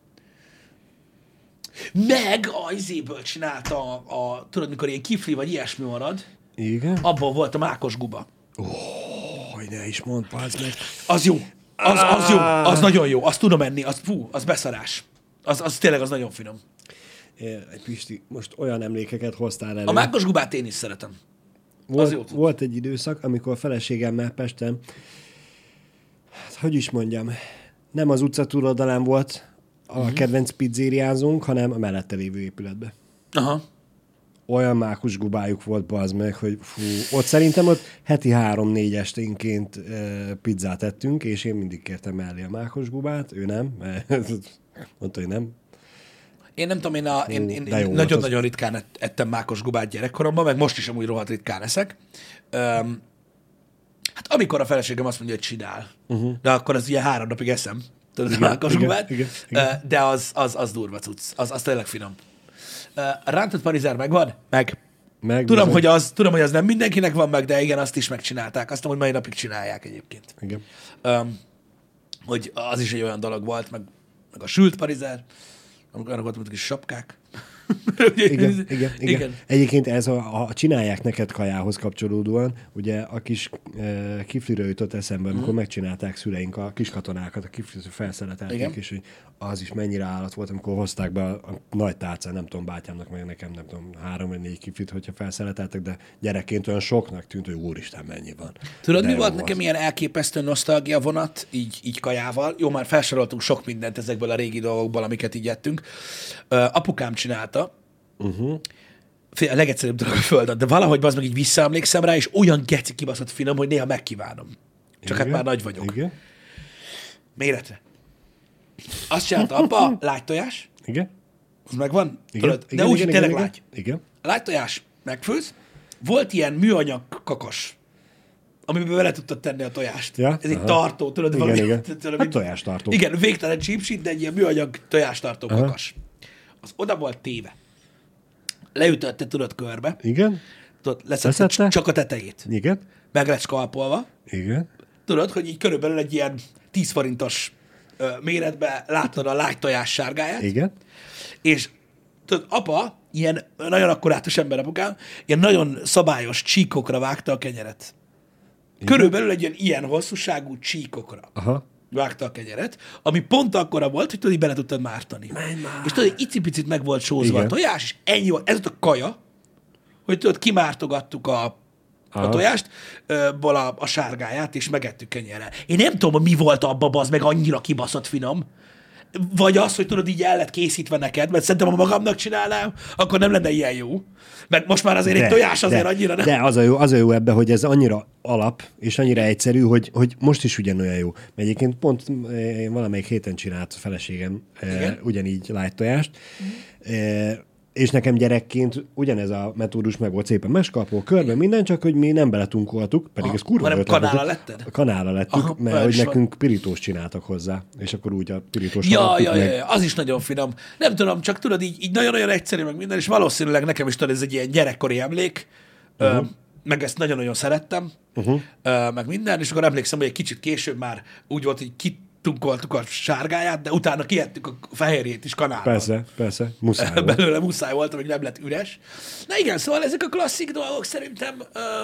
Meg a izéből csinálta tudod, mikor ilyen kifli vagy ilyesmi marad, igen. Abban volt a mákos guba. Hogy ne is mondd, pázd meg. Az jó. Az jó. Az nagyon jó. Azt tudom enni. Az beszarás. Az tényleg az nagyon finom. Pisti, most olyan emlékeket hoztál elő. A mákos gubát én is szeretem. Volt egy időszak, amikor a feleségemmel Pesten, hát, hogy is mondjam, nem az utca túloldalán volt a kedvenc pizzériázunk, hanem a mellette lévő épületbe. Aha. Olyan mákus gubájuk volt, bazd meg, hogy ott szerintem ott heti 3-4 esténként pizzát ettünk, és én mindig kértem mellé a mákos gubát, ő nem, mondta, hogy nem. Én nem tudom, én nagyon-nagyon ritkán ettem mákos gubát gyerekkoromban, meg most is amúgy rohadt ritkán eszek. Hát amikor a feleségem azt mondja, hogy csinál, de akkor az ilyen 3 napig eszem, tudod, a mákos gubát, igen. De az durva cucc, az tényleg finom. A rántott parizer megvan? Meg. Tudom, hogy az nem mindenkinek van meg, de igen, azt is megcsinálták. Azt tudom, hogy mai napig csinálják egyébként. Igen. Hogy az is egy olyan dolog volt, meg a sült parizer, amikor arra voltak kis sapkák. Igen. Egyébként ez a csinálják neked kajához kapcsolódóan, ugye a kis kifliről jutott eszembe, amikor megcsinálták szüleink a kis katonákat, a kiflit felszeletelték, és hogy az is mennyire állat volt, amikor hozták be a nagy tálcán, nem tudom, bátyámnak, meg nekem, nem tudom, 3 vagy 4 kiflit, hogyha felszeleteltek, de gyerekként olyan soknak tűnt, hogy úristen, mennyi van. Tudod, mi volt nekem ilyen elképesztő nosztalgia vonat, így kajával? Jó, már felsoroltunk sok mindent ezekből a régi dolgokból, amiket így ettünk. Apukám csinálta, a legegyszerűbb dolog a földön, de valahogy az meg így visszaemlékszem rá, és olyan geci kibaszott finom, hogy néha megkívánom. Csak hát már nagy vagyok. Igen. Méretre. Azt csinálta apa, lágytojás. Igen. Az megvan? Igen. Tudod? De úgy, tényleg lágy. Igen. Lágytojás megfőz. Volt ilyen műanyag kakas, amiben bele tudtad tenni a tojást. Ja? Ez egy tartó, tudod? Igen. Hát tojástartó. Igen, végtelen csípsit, de egy ilyen műanyag tojástartó kakas. Az oda volt téve. Leütötte, tudod, körbe. Igen. Tudod, leszette csak a tetejét. Igen. Meg lett skalpolva. Igen. Tudod, hogy így körülbelül egy ilyen 10 forintos méretbe látod a lágy tojás sárgáját. Igen. És tudod, apa, ilyen nagyon akkurátus ember apukám, ilyen nagyon szabályos csíkokra vágta a kenyeret. Igen. Körülbelül egy ilyen hosszúságú csíkokra. Aha. Vágta a kenyeret, ami pont akkora volt, hogy tudod, így bele tudtad mártani. És tudod, hogy icipicit meg volt sózva a tojás, és ennyi volt. Ez ott a kaja, hogy tudod, kimártogattuk a tojást, a sárgáját, és megettük kenyerrel. Én nem tudom, hogy mi volt abban, az meg annyira kibaszott finom. Vagy az, hogy tudod, így el lett készítve neked, mert szerintem, ha magamnak csinálnám, akkor nem lenne ilyen jó. Mert most már azért egy tojás azért annyira nem. De az a jó ebben, hogy ez annyira alap, és annyira egyszerű, hogy most is ugyanolyan jó. Mert egyébként pont valamelyik héten csinált a feleségem ugyanígy light tojást, És nekem gyerekként ugyanez a metódus meg volt szépen meskalpó, körben minden, csak hogy mi nem beletunkoltuk, pedig ez kurva hanem kanállal letted? Kanállal lettük, Aha, mert hogy nekünk pirítós csináltak hozzá, és akkor úgy a pirítós Ja, az is nagyon finom. Nem tudom, csak tudod, így nagyon-nagyon egyszerű meg minden, és valószínűleg nekem is tudod, ez egy ilyen gyerekkori emlék, meg ezt nagyon-nagyon szerettem, meg minden, és akkor emlékszem, hogy egy kicsit később már úgy volt, hogy kitunkoltuk a sárgáját, de utána kiettük a fehérjét is kanálban. Persze, muszáj volt. Belőle muszáj volt, amíg nem lett üres. Na igen, szóval ezek a klasszik dolgok szerintem,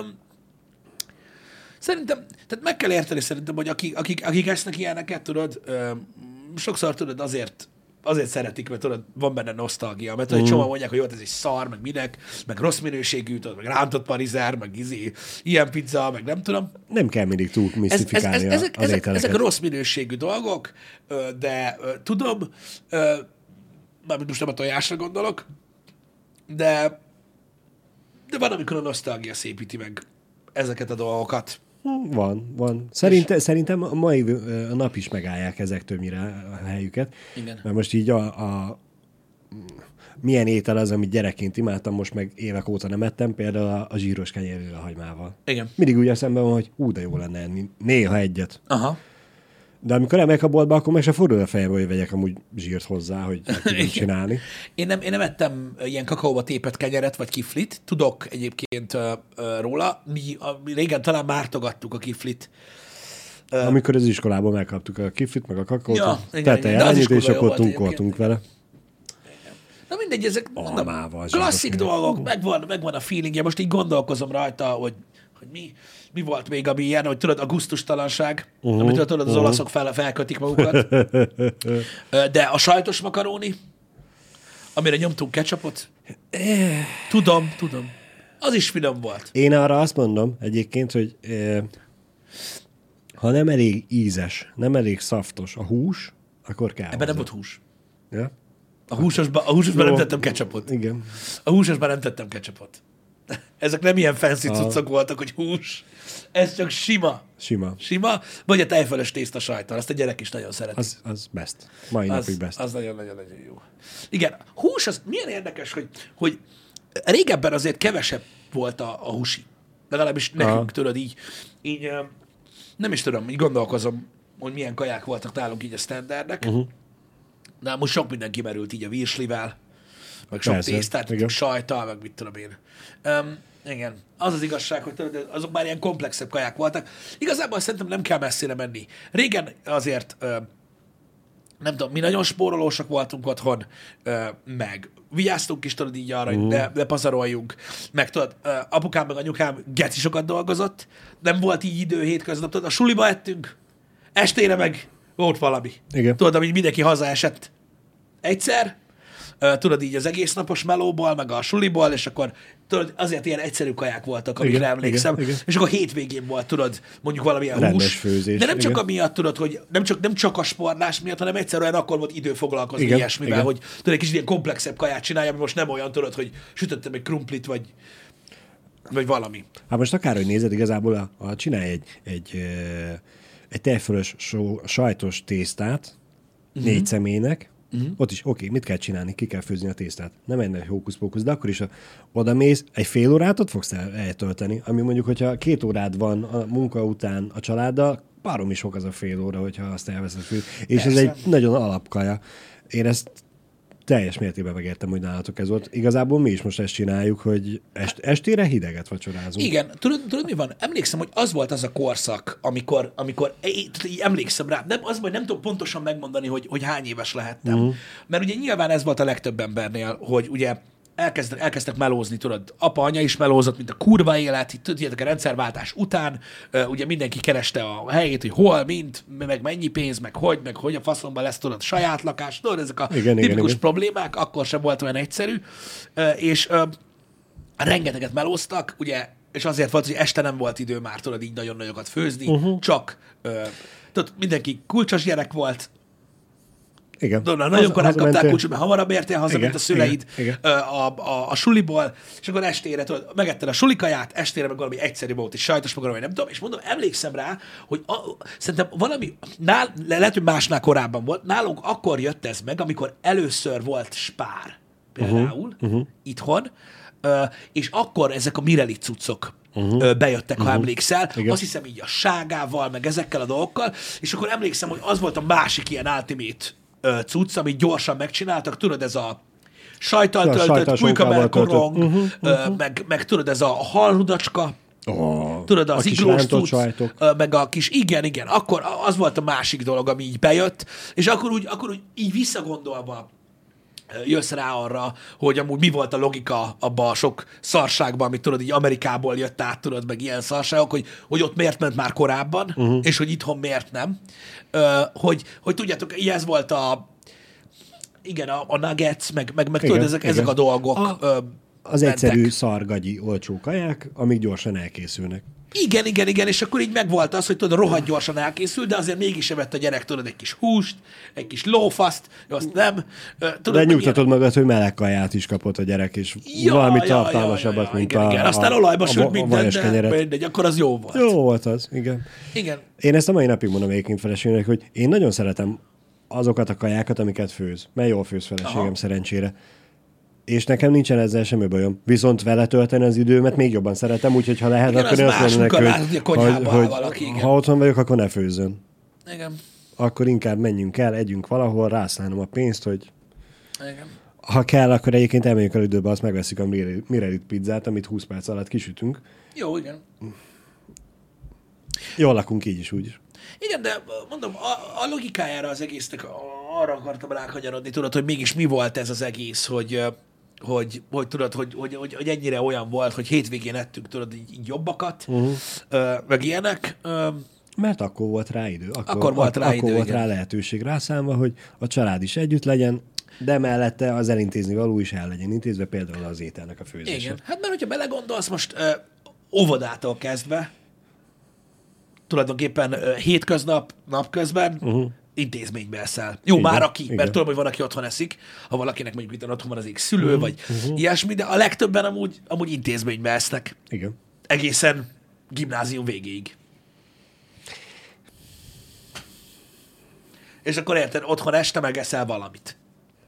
tehát meg kell érteni szerintem, hogy akik esznek ilyeneket, tudod, sokszor tudod azért szeretik, mert tudod, van benne nosztalgia, mert tudod, csomóan mondják, hogy jó, ez egy szar, meg minek, meg rossz minőségű, tudod, meg rántott parizer, meg ilyen pizza, meg nem tudom. Nem kell mindig túl misztifikálni az ételeket. Ezek rossz minőségű dolgok, de tudom, mármint most nem a tojásra gondolok, de van, amikor a nosztalgia szépíti meg ezeket a dolgokat. Van. Szerintem a mai nap is megállják ezek többnyire a helyüket. Igen. Mert most így milyen étel az, amit gyerekként imádtam, most meg évek óta nem ettem, például a zsíros kenyérrel a hagymával. Igen. Mindig úgy eszembe van, hogy de jó lenne enni. Néha egyet. Aha. De amikor elmegyek a boltba, akkor meg se fordul a fejembe, hogy vegyek amúgy zsírt hozzá, hogy tudjuk csinálni. Én nem ettem ilyen kakaóba tépett kenyeret, vagy kiflit. Tudok egyébként róla. Mi régen talán mártogattuk a kiflit. Amikor az iskolában megkaptuk a kiflit, meg a kakaót, igen, ennyit, és akkor tunkoltunk vele. Na mindegy, ezek Almával, klasszik dolgok, megvan a feelingje. Most így gondolkozom rajta, hogy mi volt még, ami ilyen, hogy tudod, a gusztustalanság, amit tudod, az olaszok felkötik magukat. De a sajtos makaróni, amire nyomtunk ketchupot, tudom, az is finom volt. Én arra azt mondom egyébként, hogy ha nem elég ízes, nem elég szaftos a hús, akkor kell. Ebben nem volt hús. Ja? A húsosban nem tettem ketchupot. Igen. A húsosban nem tettem ketchupot. Ezek nem ilyen fancy cuccok voltak, hogy hús. Ez csak sima. Sima, vagy a tejfölös tészta sajttal. Azt a gyerek is nagyon szereti. Az best. Mai napig best. Az nagyon-nagyon jó. Igen, hús, az milyen érdekes, hogy régebben azért kevesebb volt a húsi. Legalábbis nekünk, tudod, így nem is tudom, így gondolkozom, hogy milyen kaják voltak nálunk így a standardek. De most sok minden kimerült így a virslivel, meg sok tésztát, meg sajttal, meg mit tudom én. Igen, az igazság, hogy tudod, azok már ilyen komplexebb kaják voltak. Igazából szerintem nem kell messzire menni. Régen azért, nem tudom, mi nagyon spórolósak voltunk otthon, meg vigyáztunk is, tudod így arra, hogy ne pazaroljunk. Meg tudod, apukám meg anyukám geci sokat dolgozott, nem volt így idő hétköznap, tudod, a suliba ettünk, estére meg volt valami. Igen. Tudod, amíg mindenki hazaesett egyszer, tudod így az egész napos melóból, meg a suliból, és akkor tudod, azért ilyen egyszerű kaják voltak, amikre emlékszem, igen. És akkor hétvégén volt, tudod, mondjuk valamilyen rendes hús. Főzés, de nem csak amiatt, tudod, hogy nem csak a sportlás miatt, hanem egyszerűen akkor volt idő foglalkozni ilyesmivel, hogy tudod, egy kicsit ilyen komplexebb kaját csinálja, ami most nem olyan, tudod, hogy sütöttem egy krumplit, vagy valami. Hát most akárhogy nézed, igazából csinálj egy tejfölös sajtos tésztát 4 személynek, ott is mit kell csinálni? Ki kell főzni a tésztát. Nem egy hókusz-pókusz, de akkor is oda mész, egy fél órát ott fogsz eltölteni, ami mondjuk, hogyha 2 órád van a munka után a családdal, baromi sok az a fél óra, hogyha azt elveszed főzni. És ez egy nagyon alapkaja. Én ezt teljes mértékben megértem, hogy nálatok ez volt. Igazából mi is most ezt csináljuk, hogy estére hideget vacsorázunk. Igen, tudod mi van? Emlékszem, hogy az volt az a korszak, amikor emlékszem rá, nem tudom pontosan megmondani, hogy hány éves lehettem. Mert ugye nyilván ez volt a legtöbb embernél, hogy ugye elkezdtek melózni, tudod, apa, anya is melózott, mint a kurva élet, tudjátok, a rendszerváltás után, ugye mindenki kereste a helyét, hogy hol, mint, meg mennyi pénz, meg hogy a faszomban lesz, tudod, saját lakás, tudod, ezek a tipikus problémák, akkor sem volt olyan egyszerű, és rengeteget melóztak, ugye, és azért volt, hogy este nem volt idő már, tudod, így nagyon nagyokat főzni, csak, tudod, mindenki kulcsos gyerek volt. Igen. Nagyon korán kapták kulcsot, mert hamarabb értél haza, mint a szüleid igen. A suliból, és akkor estére, tudod, megetted a sulikaját, estére meg valami egyszerű volt, és sajtos maga, nem tudom, és mondom, emlékszem rá, hogy szerintem valami, lehet, hogy másnál korábban volt, nálunk akkor jött ez meg, amikor először volt spár. például itthon, és akkor ezek a Mireli cuccok bejöttek, ha emlékszel. Igen. Azt hiszem így a ságával, meg ezekkel a dolgokkal, és akkor emlékszem, hogy az volt a másik ilyen Ultimate cucc, amit gyorsan megcsináltak, tudod, ez a sajttal töltött, pulykamell korong, meg tudod, ez a halrudacska, tudod, az iglós cucc, meg a kis, igen, akkor az volt a másik dolog, ami így bejött, és akkor úgy így visszagondolva jössz rá arra, hogy amúgy mi volt a logika abban a sok szarságban, amit tudod, így Amerikából jött át, tudod, meg ilyen szarságok, hogy ott miért ment már korábban, és hogy itthon miért nem. Hogy tudjátok, ez volt a nuggets, meg tudod, ezek a dolgok. Az egyszerű szargagyi olcsó kaják, amik gyorsan elkészülnek. Igen, és akkor így megvolt az, hogy tudod, rohadt gyorsan elkészül, de azért mégis evett a gyerek, tudod, egy kis húst, egy kis lófaszt, azt nem. Tudod, de nyugtatod magad, hogy meleg kaját is kapott a gyerek, és valami tartalmasabbat, mint igen. Aztán olajba sült minden, de mindegy, akkor az jó volt. Jó volt az, igen. Én ezt a mai napig mondom egyébként feleségének, hogy én nagyon szeretem azokat a kajákat, amiket főz. Mert jól főz feleségem szerencsére. És nekem nincsen ezzel semmi bajom. Viszont vele tölteni az időmet még jobban szeretem, úgyhogy ha lehet, akkor én azt mondom neki, hogy ha otthon vagyok, akkor ne főzzön. Igen. Akkor inkább menjünk el, együnk valahol, rászállom a pénzt, hogy igen. Ha kell, akkor egyébként elmegyünk el időbe, azt megveszik a Mirelit pizzát, amit 20 perc alatt kisütünk. Jó, igen. Jól lakunk így is, úgy is. Igen, de mondom, a logikájára az egésznek arra akartam rákanyarodni, tudod, hogy mégis mi volt ez az egész, hogy tudod, hogy ennyire olyan volt, hogy hétvégén ettünk, tudod, így jobbakat, meg ilyenek. Mert akkor volt rá idő. Akkor volt rá lehetőség rászámva, hogy a család is együtt legyen, de mellette az elintézni való is el legyen intézve, például az ételnek a főzése. Igen, hát mert hogyha belegondolsz most óvodától kezdve, tulajdonképpen hétköznap, napközben intézménybe eszel. Jó, igen, már aki, igen. Mert tudom, hogy van, aki otthon eszik, ha valakinek mondjuk itt otthon van az egyik szülő, vagy ilyesmi, de a legtöbben amúgy intézménybe esznek. Igen. Egészen gimnázium végéig. És akkor érted, otthon este megeszel valamit.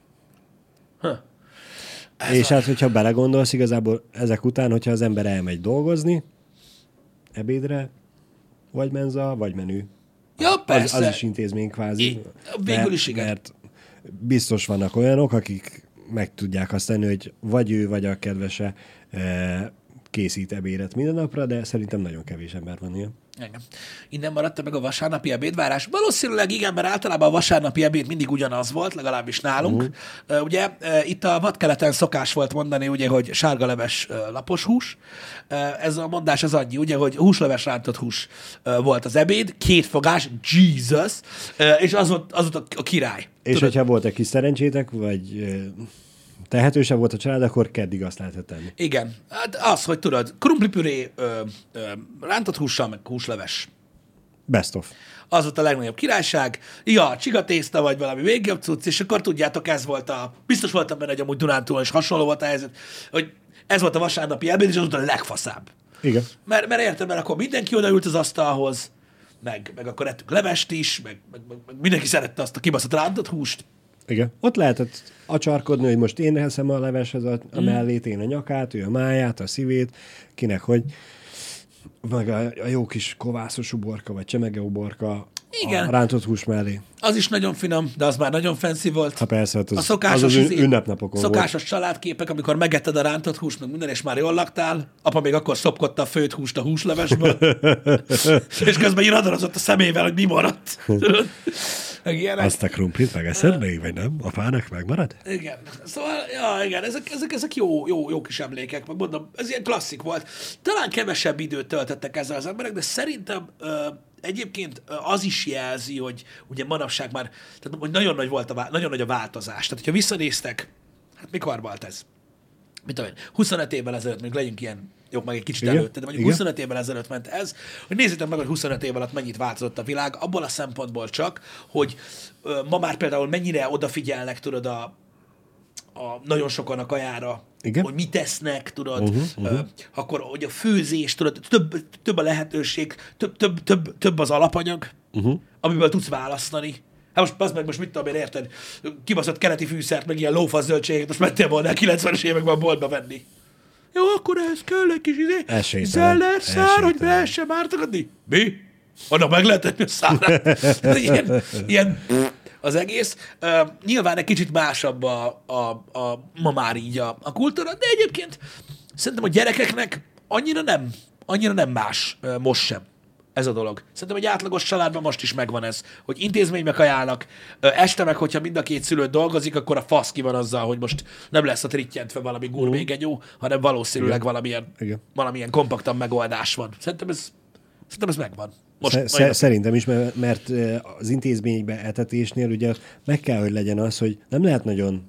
Hát, hogyha belegondolsz, igazából ezek után, hogyha az ember elmegy dolgozni, ebédre, vagy menza, vagy menü. Ja, persze. Az is intézmény kvázi. Végül is igen. Mert biztos vannak olyanok, akik meg tudják azt tenni, hogy vagy ő, vagy a kedvese készít ebédet minden napra, de szerintem nagyon kevés ember van ilyen. Igen. Innen maradt meg a vasárnapi ebédvárás. Valószínűleg igen, mert általában a vasárnapi ebéd mindig ugyanaz volt, legalábbis nálunk. Ugye itt a vadkeleten szokás volt mondani, ugye, hogy sárgaleves lapos hús. Ez a mondás az annyi, ugye, hogy húsleves rántott hús volt az ebéd, 2 fogás, Jesus, és az volt a király. És tudod? Hogyha volt egy kis szerencsétek, vagy tehetősebb volt a család, akkor keddig azt lehetett tenni. Igen. Hát az, hogy tudod, krumplipüré, rántott hússal, meg húsleves. Best of. Az volt a legnagyobb királyság. Ja, csigatészta, vagy valami végjobb cucc, és akkor tudjátok, ez volt biztos voltam benne, hogy amúgy Dunántúlon is hasonló volt a helyzet, hogy ez volt a vasárnapi ebéd, és az volt a legfaszább. Igen. Mert érted, mert akkor mindenki odaült az asztalhoz, meg akkor ettük levest is, meg mindenki szerette azt a kibaszott rántott húst. Igen. Ott lehetett acsarkodni, hogy most én eszem a leveshez a mellét, én a nyakát, ő a máját, a szívét, kinek hogy, meg a jó kis kovászos uborka, vagy csemege uborka a rántott hús mellé. Az is nagyon finom, de az már nagyon fancy volt. Ha persze, hát a szokásos, az ünnepnapokon szokásos volt. Családképek, amikor megetted a rántott húst, meg minden, és már jól laktál. Apa még akkor szopkodta a főtt húst a húslevesből. És közben iradorozott a szemével, hogy mi maradt. Azt a krumplit megeszed még, vagy nem? Apának megmarad? Igen. Szóval, ja, igen, ezek jó kis emlékek. Meg mondom, ez ilyen klasszik volt. Talán kevesebb időt töltöttek ezzel az emberek, de szerintem egyébként az is jelzi, hogy ugye manapság már, tehát hogy nagyon nagy a változás. Tehát, hogyha visszanéztek, hát mikor volt ez? Mit tudom én, 25 évvel ezelőtt, mondjuk legyünk ilyen, jó, meg egy kicsit előtte, de mondjuk 25 évvel ezelőtt ment ez, hogy nézzétek meg, hogy 25 év alatt mennyit változott a világ, abból a szempontból csak, hogy ma már például mennyire odafigyelnek, tudod, nagyon sokan a kajára, igen? Hogy mit tesznek, tudod, akkor hogy a főzés, tudod, több a lehetőség, több az alapanyag, amiből tudsz választani. Hát Hát most mit tudom én, érted? Kibaszott keleti fűszert, meg ilyen lófasz zöldséget, most mentél volna el 90-es években a boltba venni. Jó, akkor ehhez kell egy kis zeller, szár, hogy lehessen mártogatni. Mi? Annak meg lehet tenni a szárát. ilyen az egész. Nyilván egy kicsit másabb ma már így a kultúra, de egyébként szerintem a gyerekeknek annyira nem más most sem ez a dolog. Szerintem egy átlagos családban most is megvan ez, hogy intézménybe kajálnak, este meg, hogyha mind a két szülő dolgozik, akkor a fasz ki van azzal, hogy most nem lesz a trittyentve valami gurmégenyó, hanem valószínűleg valamilyen kompaktabb megoldás van. Szerintem ez megvan. Szerintem is, mert az intézménybe etetésnél ugye meg kell, hogy legyen az, hogy nem lehet nagyon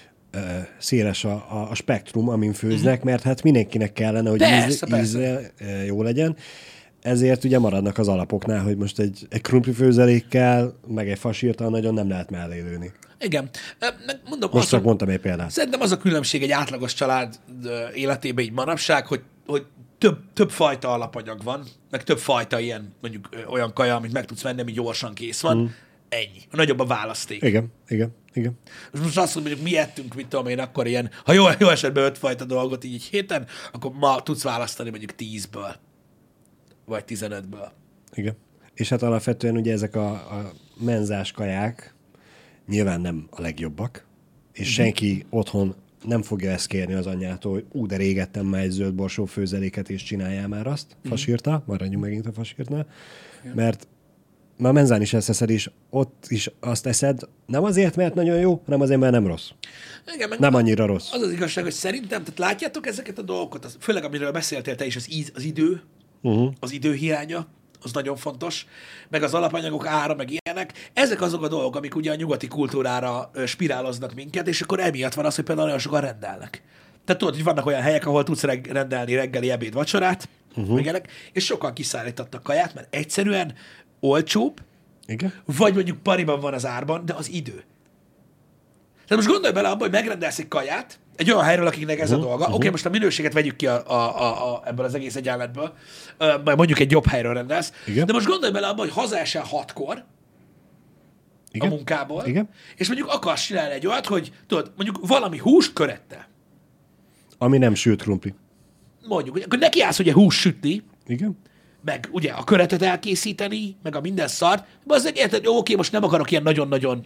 széles a spektrum, amin főznek, mert hát mindenkinek kellene, hogy íze jó legyen. Ezért ugye maradnak az alapoknál, hogy most egy krumplifőzelékkel, meg egy fasírtal nagyon nem lehet mellé lőni. Igen. Mondom, most csak mondtam egy példát. Szerintem az a különbség egy átlagos család életében így manapság, hogy több fajta alapanyag van, meg több fajta ilyen, mondjuk olyan kaja, amit meg tudsz venni, ami gyorsan kész van. Ennyi. Nagyobb a választék. Igen. Most azt mondjuk, mi ettünk, mit tudom én, akkor ilyen, ha jó esetben 5 fajta dolgot így héten, akkor ma tudsz választani mondjuk 10-ből. Vagy 15-ből. Igen. És hát alapvetően ugye ezek a menzás kaják nyilván nem a legjobbak, és senki otthon nem fogja ezt kérni az anyjától, hogy de régettem már egy zöld borsó főzeléket, és csináljál már azt, fasírta, maradjunk megint a fasírtnál, mert a menzán is ezt eszed, és ott is azt eszed, nem azért, mert nagyon jó, hanem azért, mert nem rossz. Igen, nem annyira rossz. Az igazság, hogy szerintem, tehát látjátok ezeket a dolgokat, főleg amiről beszéltél te is, az idő, az időhiánya, az nagyon fontos, meg az alapanyagok ára, meg ilyenek. Ezek azok a dolgok, amik ugye a nyugati kultúrára spiráloznak minket, és akkor emiatt van az, hogy például nagyon sokan rendelnek. Tehát tudod, hogy vannak olyan helyek, ahol tudsz rendelni reggeli, ebéd, vacsorát, ilyenek, és sokan kiszállítottak kaját, mert egyszerűen olcsóbb, igen? Vagy mondjuk pariban van az árban, de az idő. Tehát most gondolj bele abba, hogy megrendelsz egy kaját, egy olyan helyről, akiknek ez a dolga. Oké, most a minőséget vegyük ki ebből az egész egyenletből, majd mondjuk egy jobb helyről rendelsz. Igen. De most gondolj bele abba, hogy hazaesel 6-kor a munkából, és mondjuk akarsz csinálni egy olyat, hogy tudod, mondjuk valami húst körettel. Ami nem sült krumpli. Mondjuk, hogy akkor nekiállsz ugye húst sütni, igen, meg ugye a köretet elkészíteni, meg a minden szart, de azért érted, hogy oké, most nem akarok ilyen nagyon-nagyon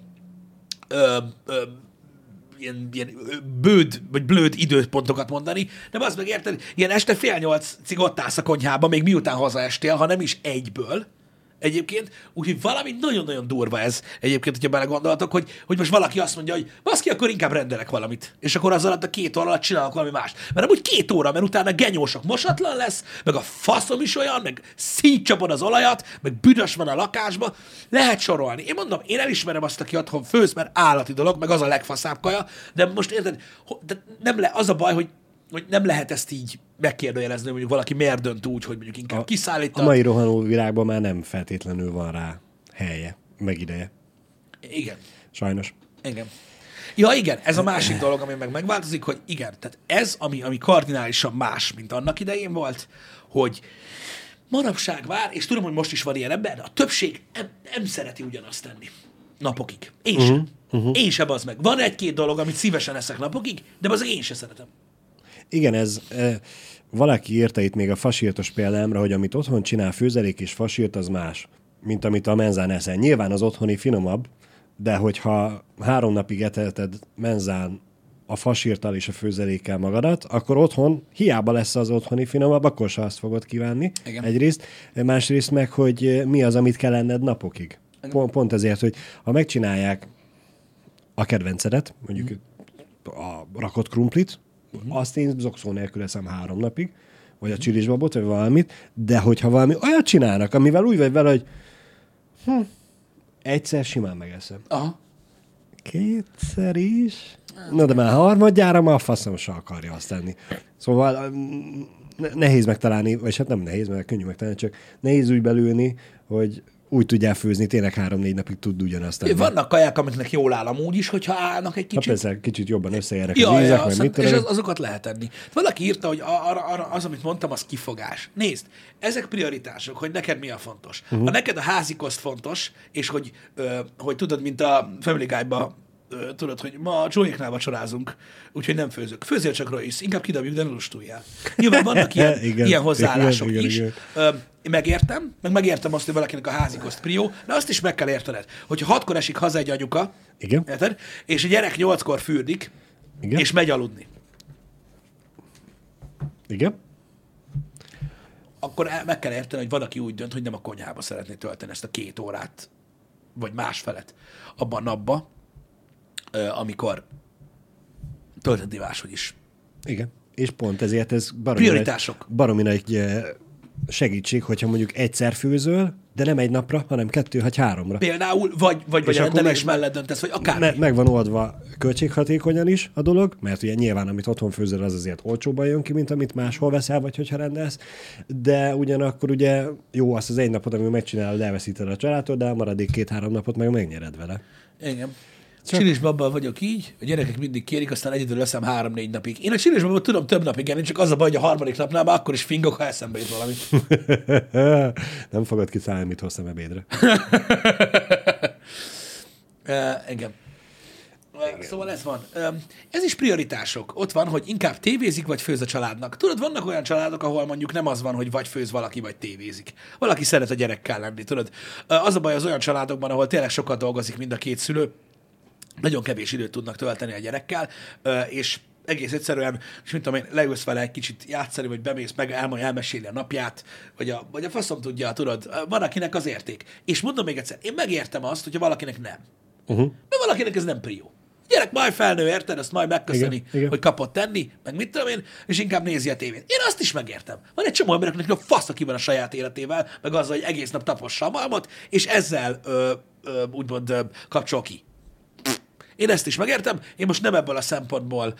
ilyen bőd, vagy blőd időpontokat mondani, de az meg érted, ilyen este 7:30 ott állsz a konyhában, még miután hazaestél, ha nem is egyből, egyébként, úgyhogy valami nagyon-nagyon durva ez egyébként, hogyha belegondoltok, hogy most valaki azt mondja, hogy baszki, akkor inkább rendelek valamit, és akkor az alatt a 2 óra alatt csinálok valami más. Mert amúgy 2 óra, mert utána genyósok, mosatlan lesz, meg a faszom is olyan, meg szétcsapod az olajat, meg büdös van a lakásba, lehet sorolni. Én mondom, én elismerem azt, aki otthon főz, mert állati dolog, meg az a legfaszább kaja, de most érted, az a baj, hogy nem lehet ezt így megkérdőjelezni, hogy mondjuk valaki miért dönt úgy, hogy mondjuk inkább kiszállítani. A mai rohanó világban már nem feltétlenül van rá helye, meg ideje. Igen. Sajnos. Igen. Ja, igen, ez a másik dolog, ami megváltozik, hogy igen, tehát ez, ami kardinálisan más, mint annak idején volt, hogy manapság vár, és tudom, hogy most is van ilyen ember, de a többség nem szereti ugyanazt tenni napokig. Én sem. Én sem, az meg. Van 1-2 dolog, amit szívesen eszek napokig, de az én sem szeretem. Igen, ez valaki írta itt még a fasírtos példámra, hogy amit otthon csinál főzelék és fasírt, az más, mint amit a menzán eszel. Nyilván az otthoni finomabb, de hogyha 3 napig etelted menzán a fasírttal és a főzelékkel magadat, akkor otthon hiába lesz az otthoni finomabb, akkor se azt fogod kívánni. Igen. Egyrészt. Másrészt meg, hogy mi az, amit kell enned napokig. Pont ezért, hogy ha megcsinálják a kedvencedet, mondjuk a rakott krumplit, azt én zokszó nélkül eszem 3 napig, vagy a csilisbabot, vagy valamit, de hogyha valami olyat csinálnak, amivel úgy vagy vele, hogy egyszer simán megeszem. Aha. 2-szer is? No, de már 3-adjára már a faszom se akarja azt tenni. Szóval nehéz megtalálni, vagy hát nem nehéz, mert könnyű megtalálni, csak nehéz úgy belülni, hogy úgy tudjál főzni, tényleg 3-4 napig tud ugyanazt tenni. Vannak kaják, amiknek jól áll amúgy is, hogyha állnak egy kicsit. Persze, kicsit jobban összeérnek az ízek, meg mit és azokat lehet tenni. Valaki írta, hogy arra az, amit mondtam, az kifogás. Nézd, ezek prioritások, hogy neked mi a fontos. Ha neked a házikoszt fontos, és hogy tudod, mint a Family Guy-ba, tudod, hogy ma Joey-knál vacsorázunk, úgyhogy nem főzök. Főzél csak Royce, inkább kidobjuk, de ne lustuljál. Nyilván vannak ilyen hozzáállások is. Megértem, megértem azt, hogy valakinek a házikoszt prió, de azt is meg kell értened, hogyha 6-kor esik haza egy anyuka, érted? És a gyerek 8-kor fürdik, és megy aludni. Igen. Akkor meg kell érteni, hogy van, aki úgy dönt, hogy nem a konyhába szeretné tölteni ezt a 2 órát, vagy másfelet abban a napba, amikor tölteni máshogy is. Igen. És pont ezért ez baromi nagy segítség, hogyha mondjuk egyszer főzöl, de nem egy napra, hanem 2 vagy 3-ra. Például, vagy a rendelés mellett döntesz, vagy akármi. Meg van oldva költséghatékonyan is a dolog, mert ugye nyilván, amit otthon főzöl, az azért olcsóban jön ki, mint amit máshol veszel, vagy hogyha rendelsz, de ugyanakkor ugye jó azt az egy napot, amikor megcsinálod, elveszíted a családtól, de a maradék 2-3 napot meg megnyered vele. Igen. Csilisbabban vagyok így, a gyerekek mindig kérik, aztán egyedül leszem 3-4 napig. Én a csilisbabban tudom több napig enni, csak az a baj, hogy a 3. napnál már akkor is fingok, ha eszembe jut valami. Nem fogod kiszállni, mit hoztam ebédre. Igen. Szóval ez van. Ez is prioritások. Ott van, hogy inkább tévézik, vagy főz a családnak. Tudod, vannak olyan családok, ahol mondjuk nem az van, hogy vagy főz valaki, vagy tévézik. Valaki szeret a gyerekkel lenni, tudod. Az a baj az olyan családokban, ahol tényleg sokat dolgozik mind a 2 szülő, nagyon kevés időt tudnak tölteni a gyerekkel, és egész egyszerűen, és mint tudom én, leülsz vele egy kicsit játszani, vagy bemész, meg elmeséli a napját, vagy a faszom tudja, tudod, van akinek az érték. És mondom még egyszer, én megértem azt, hogyha valakinek nem. Mert valakinek ez nem prió. A gyerek majd felnő, érted, azt majd megköszöni, igen. Hogy kapott tenni, meg mit tudom én, és inkább nézi a tévét. Én azt is megértem. Van egy csomó embereknek, a fasz, aki van a saját életével, meg azzal, hogy egész nap tapossa a malmot, és ezzel úgymond kapcsol ki. Én ezt is megértem, én most nem ebből a szempontból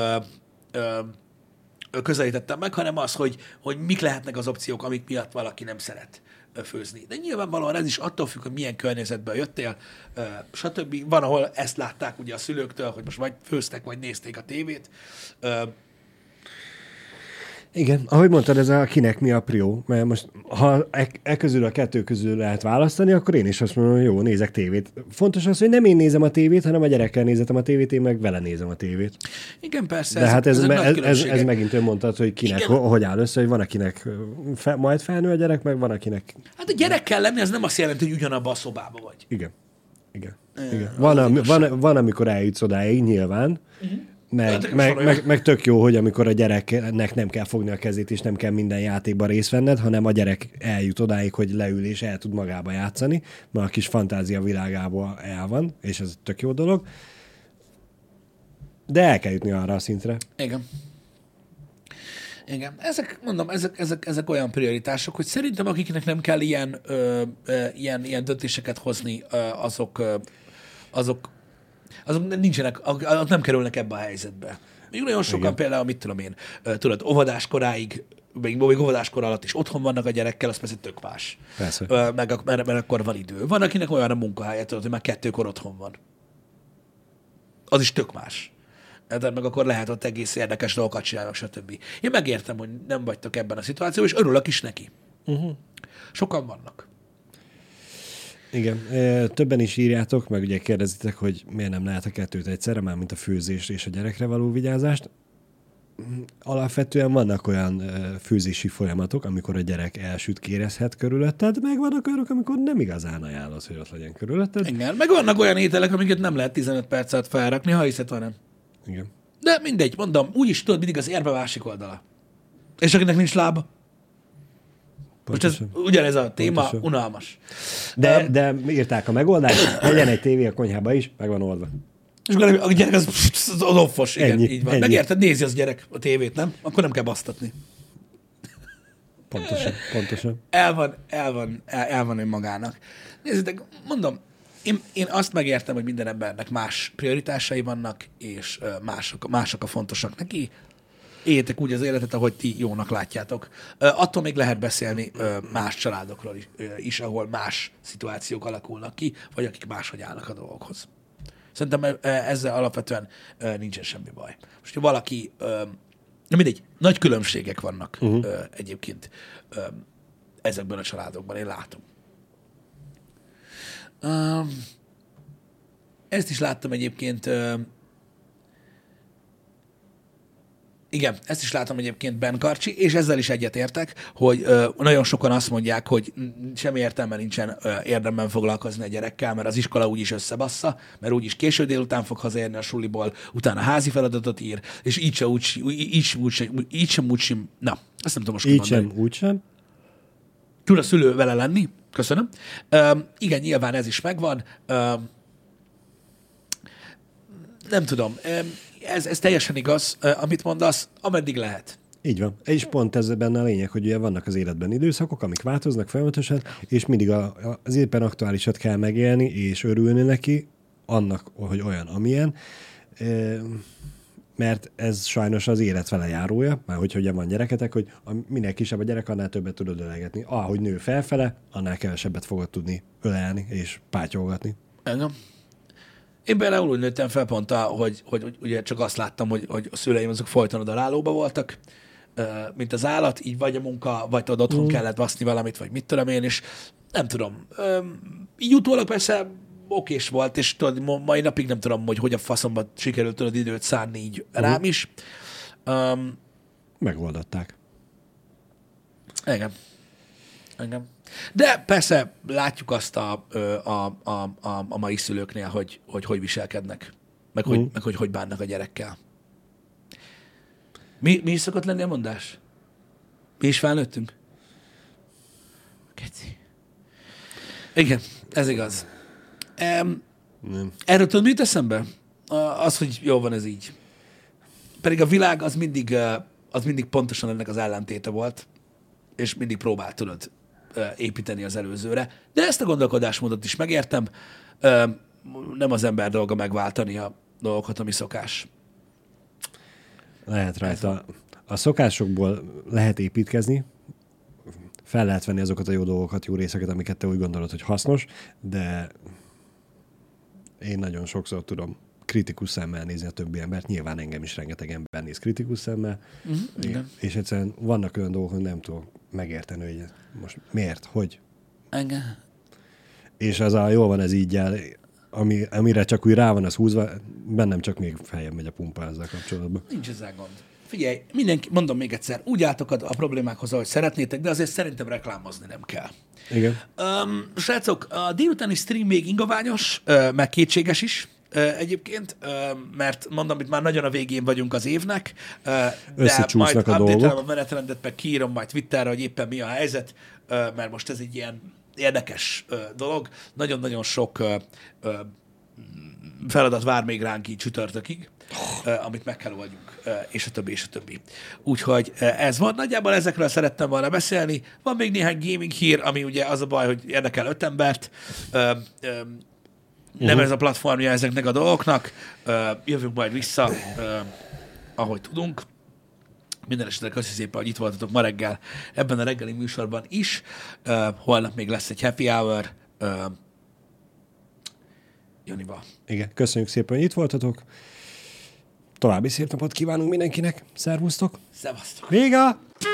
közelítettem meg, hanem az, hogy mik lehetnek az opciók, amik miatt valaki nem szeret főzni. De nyilvánvalóan ez is attól függ, hogy milyen környezetből jöttél, stb. Van, ahol ezt látták ugye a szülőktől, hogy most vagy főztek, vagy nézték a tévét. Igen, ahogy mondtad, ez a kinek mi a prió, mert most ha közül a 2 közül lehet választani, akkor én is azt mondom, hogy jó, nézek tévét. Fontos az, hogy nem én nézem a tévét, hanem a gyerekkel nézetem a tévét, én meg vele nézem a tévét. Igen, persze. De hát ez megint ön mondtad, hogy kinek, hogy áll össze, hogy van, akinek majd felnő a gyerek, meg van, akinek... Hát a gyerekkel lenni, ez nem azt jelenti, hogy ugyanabban a szobában vagy. Igen. Van, amikor eljutsz odáig, nyilván, meg tök jó, hogy amikor a gyereknek nem kell fogni a kezét, és nem kell minden játékban részt venned, hanem a gyerek eljut odáig, hogy leül és el tud magába játszani, mert a kis fantázia világából el van, és ez tök jó dolog. De el kell jutni arra a szintre. Igen. Ezek olyan prioritások, hogy szerintem akiknek nem kell ilyen döntéseket hozni, azok nincsenek, nem kerülnek ebbe a helyzetbe. Még nagyon sokan például, mit tudom én, tudod, óvodáskoráig, még óvodáskor alatt is otthon vannak a gyerekkel, az persze tök más. Persze. Mert akkor van idő. Van, akinek olyan a munkahelye, tudod, hogy már 2-kor otthon van. Az is tök más. De meg akkor lehet ott egész érdekes dolgokat csinálnak, stb. Én megértem, hogy nem vagytok ebben a szituációban, és örülök is neki. Sokan vannak. Igen. Többen is írjátok, meg ugye kérdezitek, hogy miért nem lehet a 2 egyszerre, már mint a főzést és a gyerekre való vigyázást. Alapvetően vannak olyan főzési folyamatok, amikor a gyerek elsüt, kérezhet körülötted, meg vannak olyanok, amikor nem igazán ajánlod, hogy ott legyen körülötted. Igen, meg vannak olyan ételek, amiket nem lehet 15 perc alatt felrakni, ha hiszed, ha nem. Igen. De mindegy, mondom, úgyis tudod, mindig az érve másik oldala. És akinek nincs lába. Pontosan. Most ez ugyanez a téma, pontosan. Unalmas. De írták a megoldást, legyen egy tévé a konyhába is, meg van oldva. És akkor a gyerek az offos, igen, így van. Megérted, nézi az gyerek a tévét, nem? Akkor nem kell basztatni. Pontosan. El van önmagának. Nézzétek, mondom, én azt megértem, hogy minden embernek más prioritásai vannak, és mások a fontosak neki. éljétek úgy az életet, ahogy ti jónak látjátok. Attól még lehet beszélni más családokról is, ahol más szituációk alakulnak ki, vagy akik máshogy állnak a dolgokhoz. Szerintem ezzel alapvetően nincsen semmi baj. Most, ha valaki, mindegy, nagy különbségek vannak egyébként ezekben a családokban, én látom. Ezt is láttam egyébként, igen, ezt is látom egyébként Ben Karcsi, és ezzel is egyetértek, hogy nagyon sokan azt mondják, hogy semmi értelme nincsen érdemben foglalkozni a gyerekkel, mert az iskola úgyis összebassza, mert úgyis késő délután fog hazaérni a suliból, utána házi feladatot ír, és így sem úgy, na, azt nem tudom most így sem. Tud a szülő vele lenni, köszönöm. Igen, nyilván ez is megvan. Nem tudom, ez teljesen igaz, amit mondasz, ameddig lehet. Így van. És pont ez benne a lényeg, hogy ugye vannak az életben időszakok, amik változnak folyamatosan, és mindig az éppen aktuálisat kell megélni, és örülni neki, annak, hogy olyan, amilyen, mert ez sajnos az élet vele járója, már hogyha ugye van gyereketek, hogy minél kisebb a gyerek, annál többet tudod ölelgetni. Ahogy nő felfele, annál kevesebbet fogod tudni ölelni és pátyolgatni. Engem. Én például úgy nőttem fel pont, hogy ugye csak azt láttam, hogy a szüleim azok folyton odalállóba voltak, mint az állat, így vagy a munka, vagy tudod, otthon kellett baszni valamit, vagy mit tudom én, és nem tudom. Így utólag persze okés volt, és tudod, mai napig nem tudom, hogy a faszomba sikerült tudod időt szánni így rám is. Megoldották. Engem. De persze látjuk azt a mai szülőknél, hogy viselkednek, meg hogy bánnak a gyerekkel. Mi is szokott lenni a mondás? Mi is felnőttünk? Keci. Igen, ez igaz. Erről tudod, mit eszembe? Az, hogy jó van ez így. Pedig a világ az mindig pontosan ennek az ellentéte volt, és mindig próbált, tudod, építeni az előzőre. De ezt a gondolkodásmódot is megértem. Nem az ember dolga megváltani a dolgokat, ami szokás. Lehet rajta. A szokásokból lehet építkezni, fel lehet venni azokat a jó dolgokat, jó részeket, amiket te úgy gondolod, hogy hasznos, de én nagyon sokszor tudom kritikus szemmel nézni a többi embert. Nyilván engem is rengeteg ember néz kritikus szemmel, és egyszerűen vannak olyan dolgok, hogy nem tudok megérteni, hogy most miért, hogy. Engem. És az jól van ez így el, amire csak úgy rá van az húzva, bennem csak még feljebb megy a pumpa ezzel kapcsolatban. Nincs ezzel gond. Figyelj, mindenki, mondom még egyszer, úgy álltok a problémákhoz, ahogy szeretnétek, de azért szerintem reklámozni nem kell. Igen. Srácok, a délutáni stream még ingoványos, meg kétséges is egyébként, mert mondom, itt már nagyon a végén vagyunk az évnek, de majd update-elem a menetrendet, meg kiírom majd Twitterre, hogy éppen mi a helyzet, mert most ez egy ilyen érdekes dolog. Nagyon-nagyon sok feladat vár még ránk így csütörtökig, amit meg kell oldjunk, és a többi, és a többi. Úgyhogy ez van. Nagyjából ezekről szerettem volna beszélni. Van még néhány gaming hír, ami ugye az a baj, hogy érdekel 5 embert. Nem ez a platformja ezeknek a dolgoknak. Jövünk majd vissza, ahogy tudunk. Minden esetre köszi szépen, hogy itt voltatok ma reggel ebben a reggeli műsorban is. Holnap még lesz egy happy hour. Janiba. Igen, köszönjük szépen, hogy itt voltatok. További szép napot kívánunk mindenkinek. Szervusztok! Szevasztok! Vége!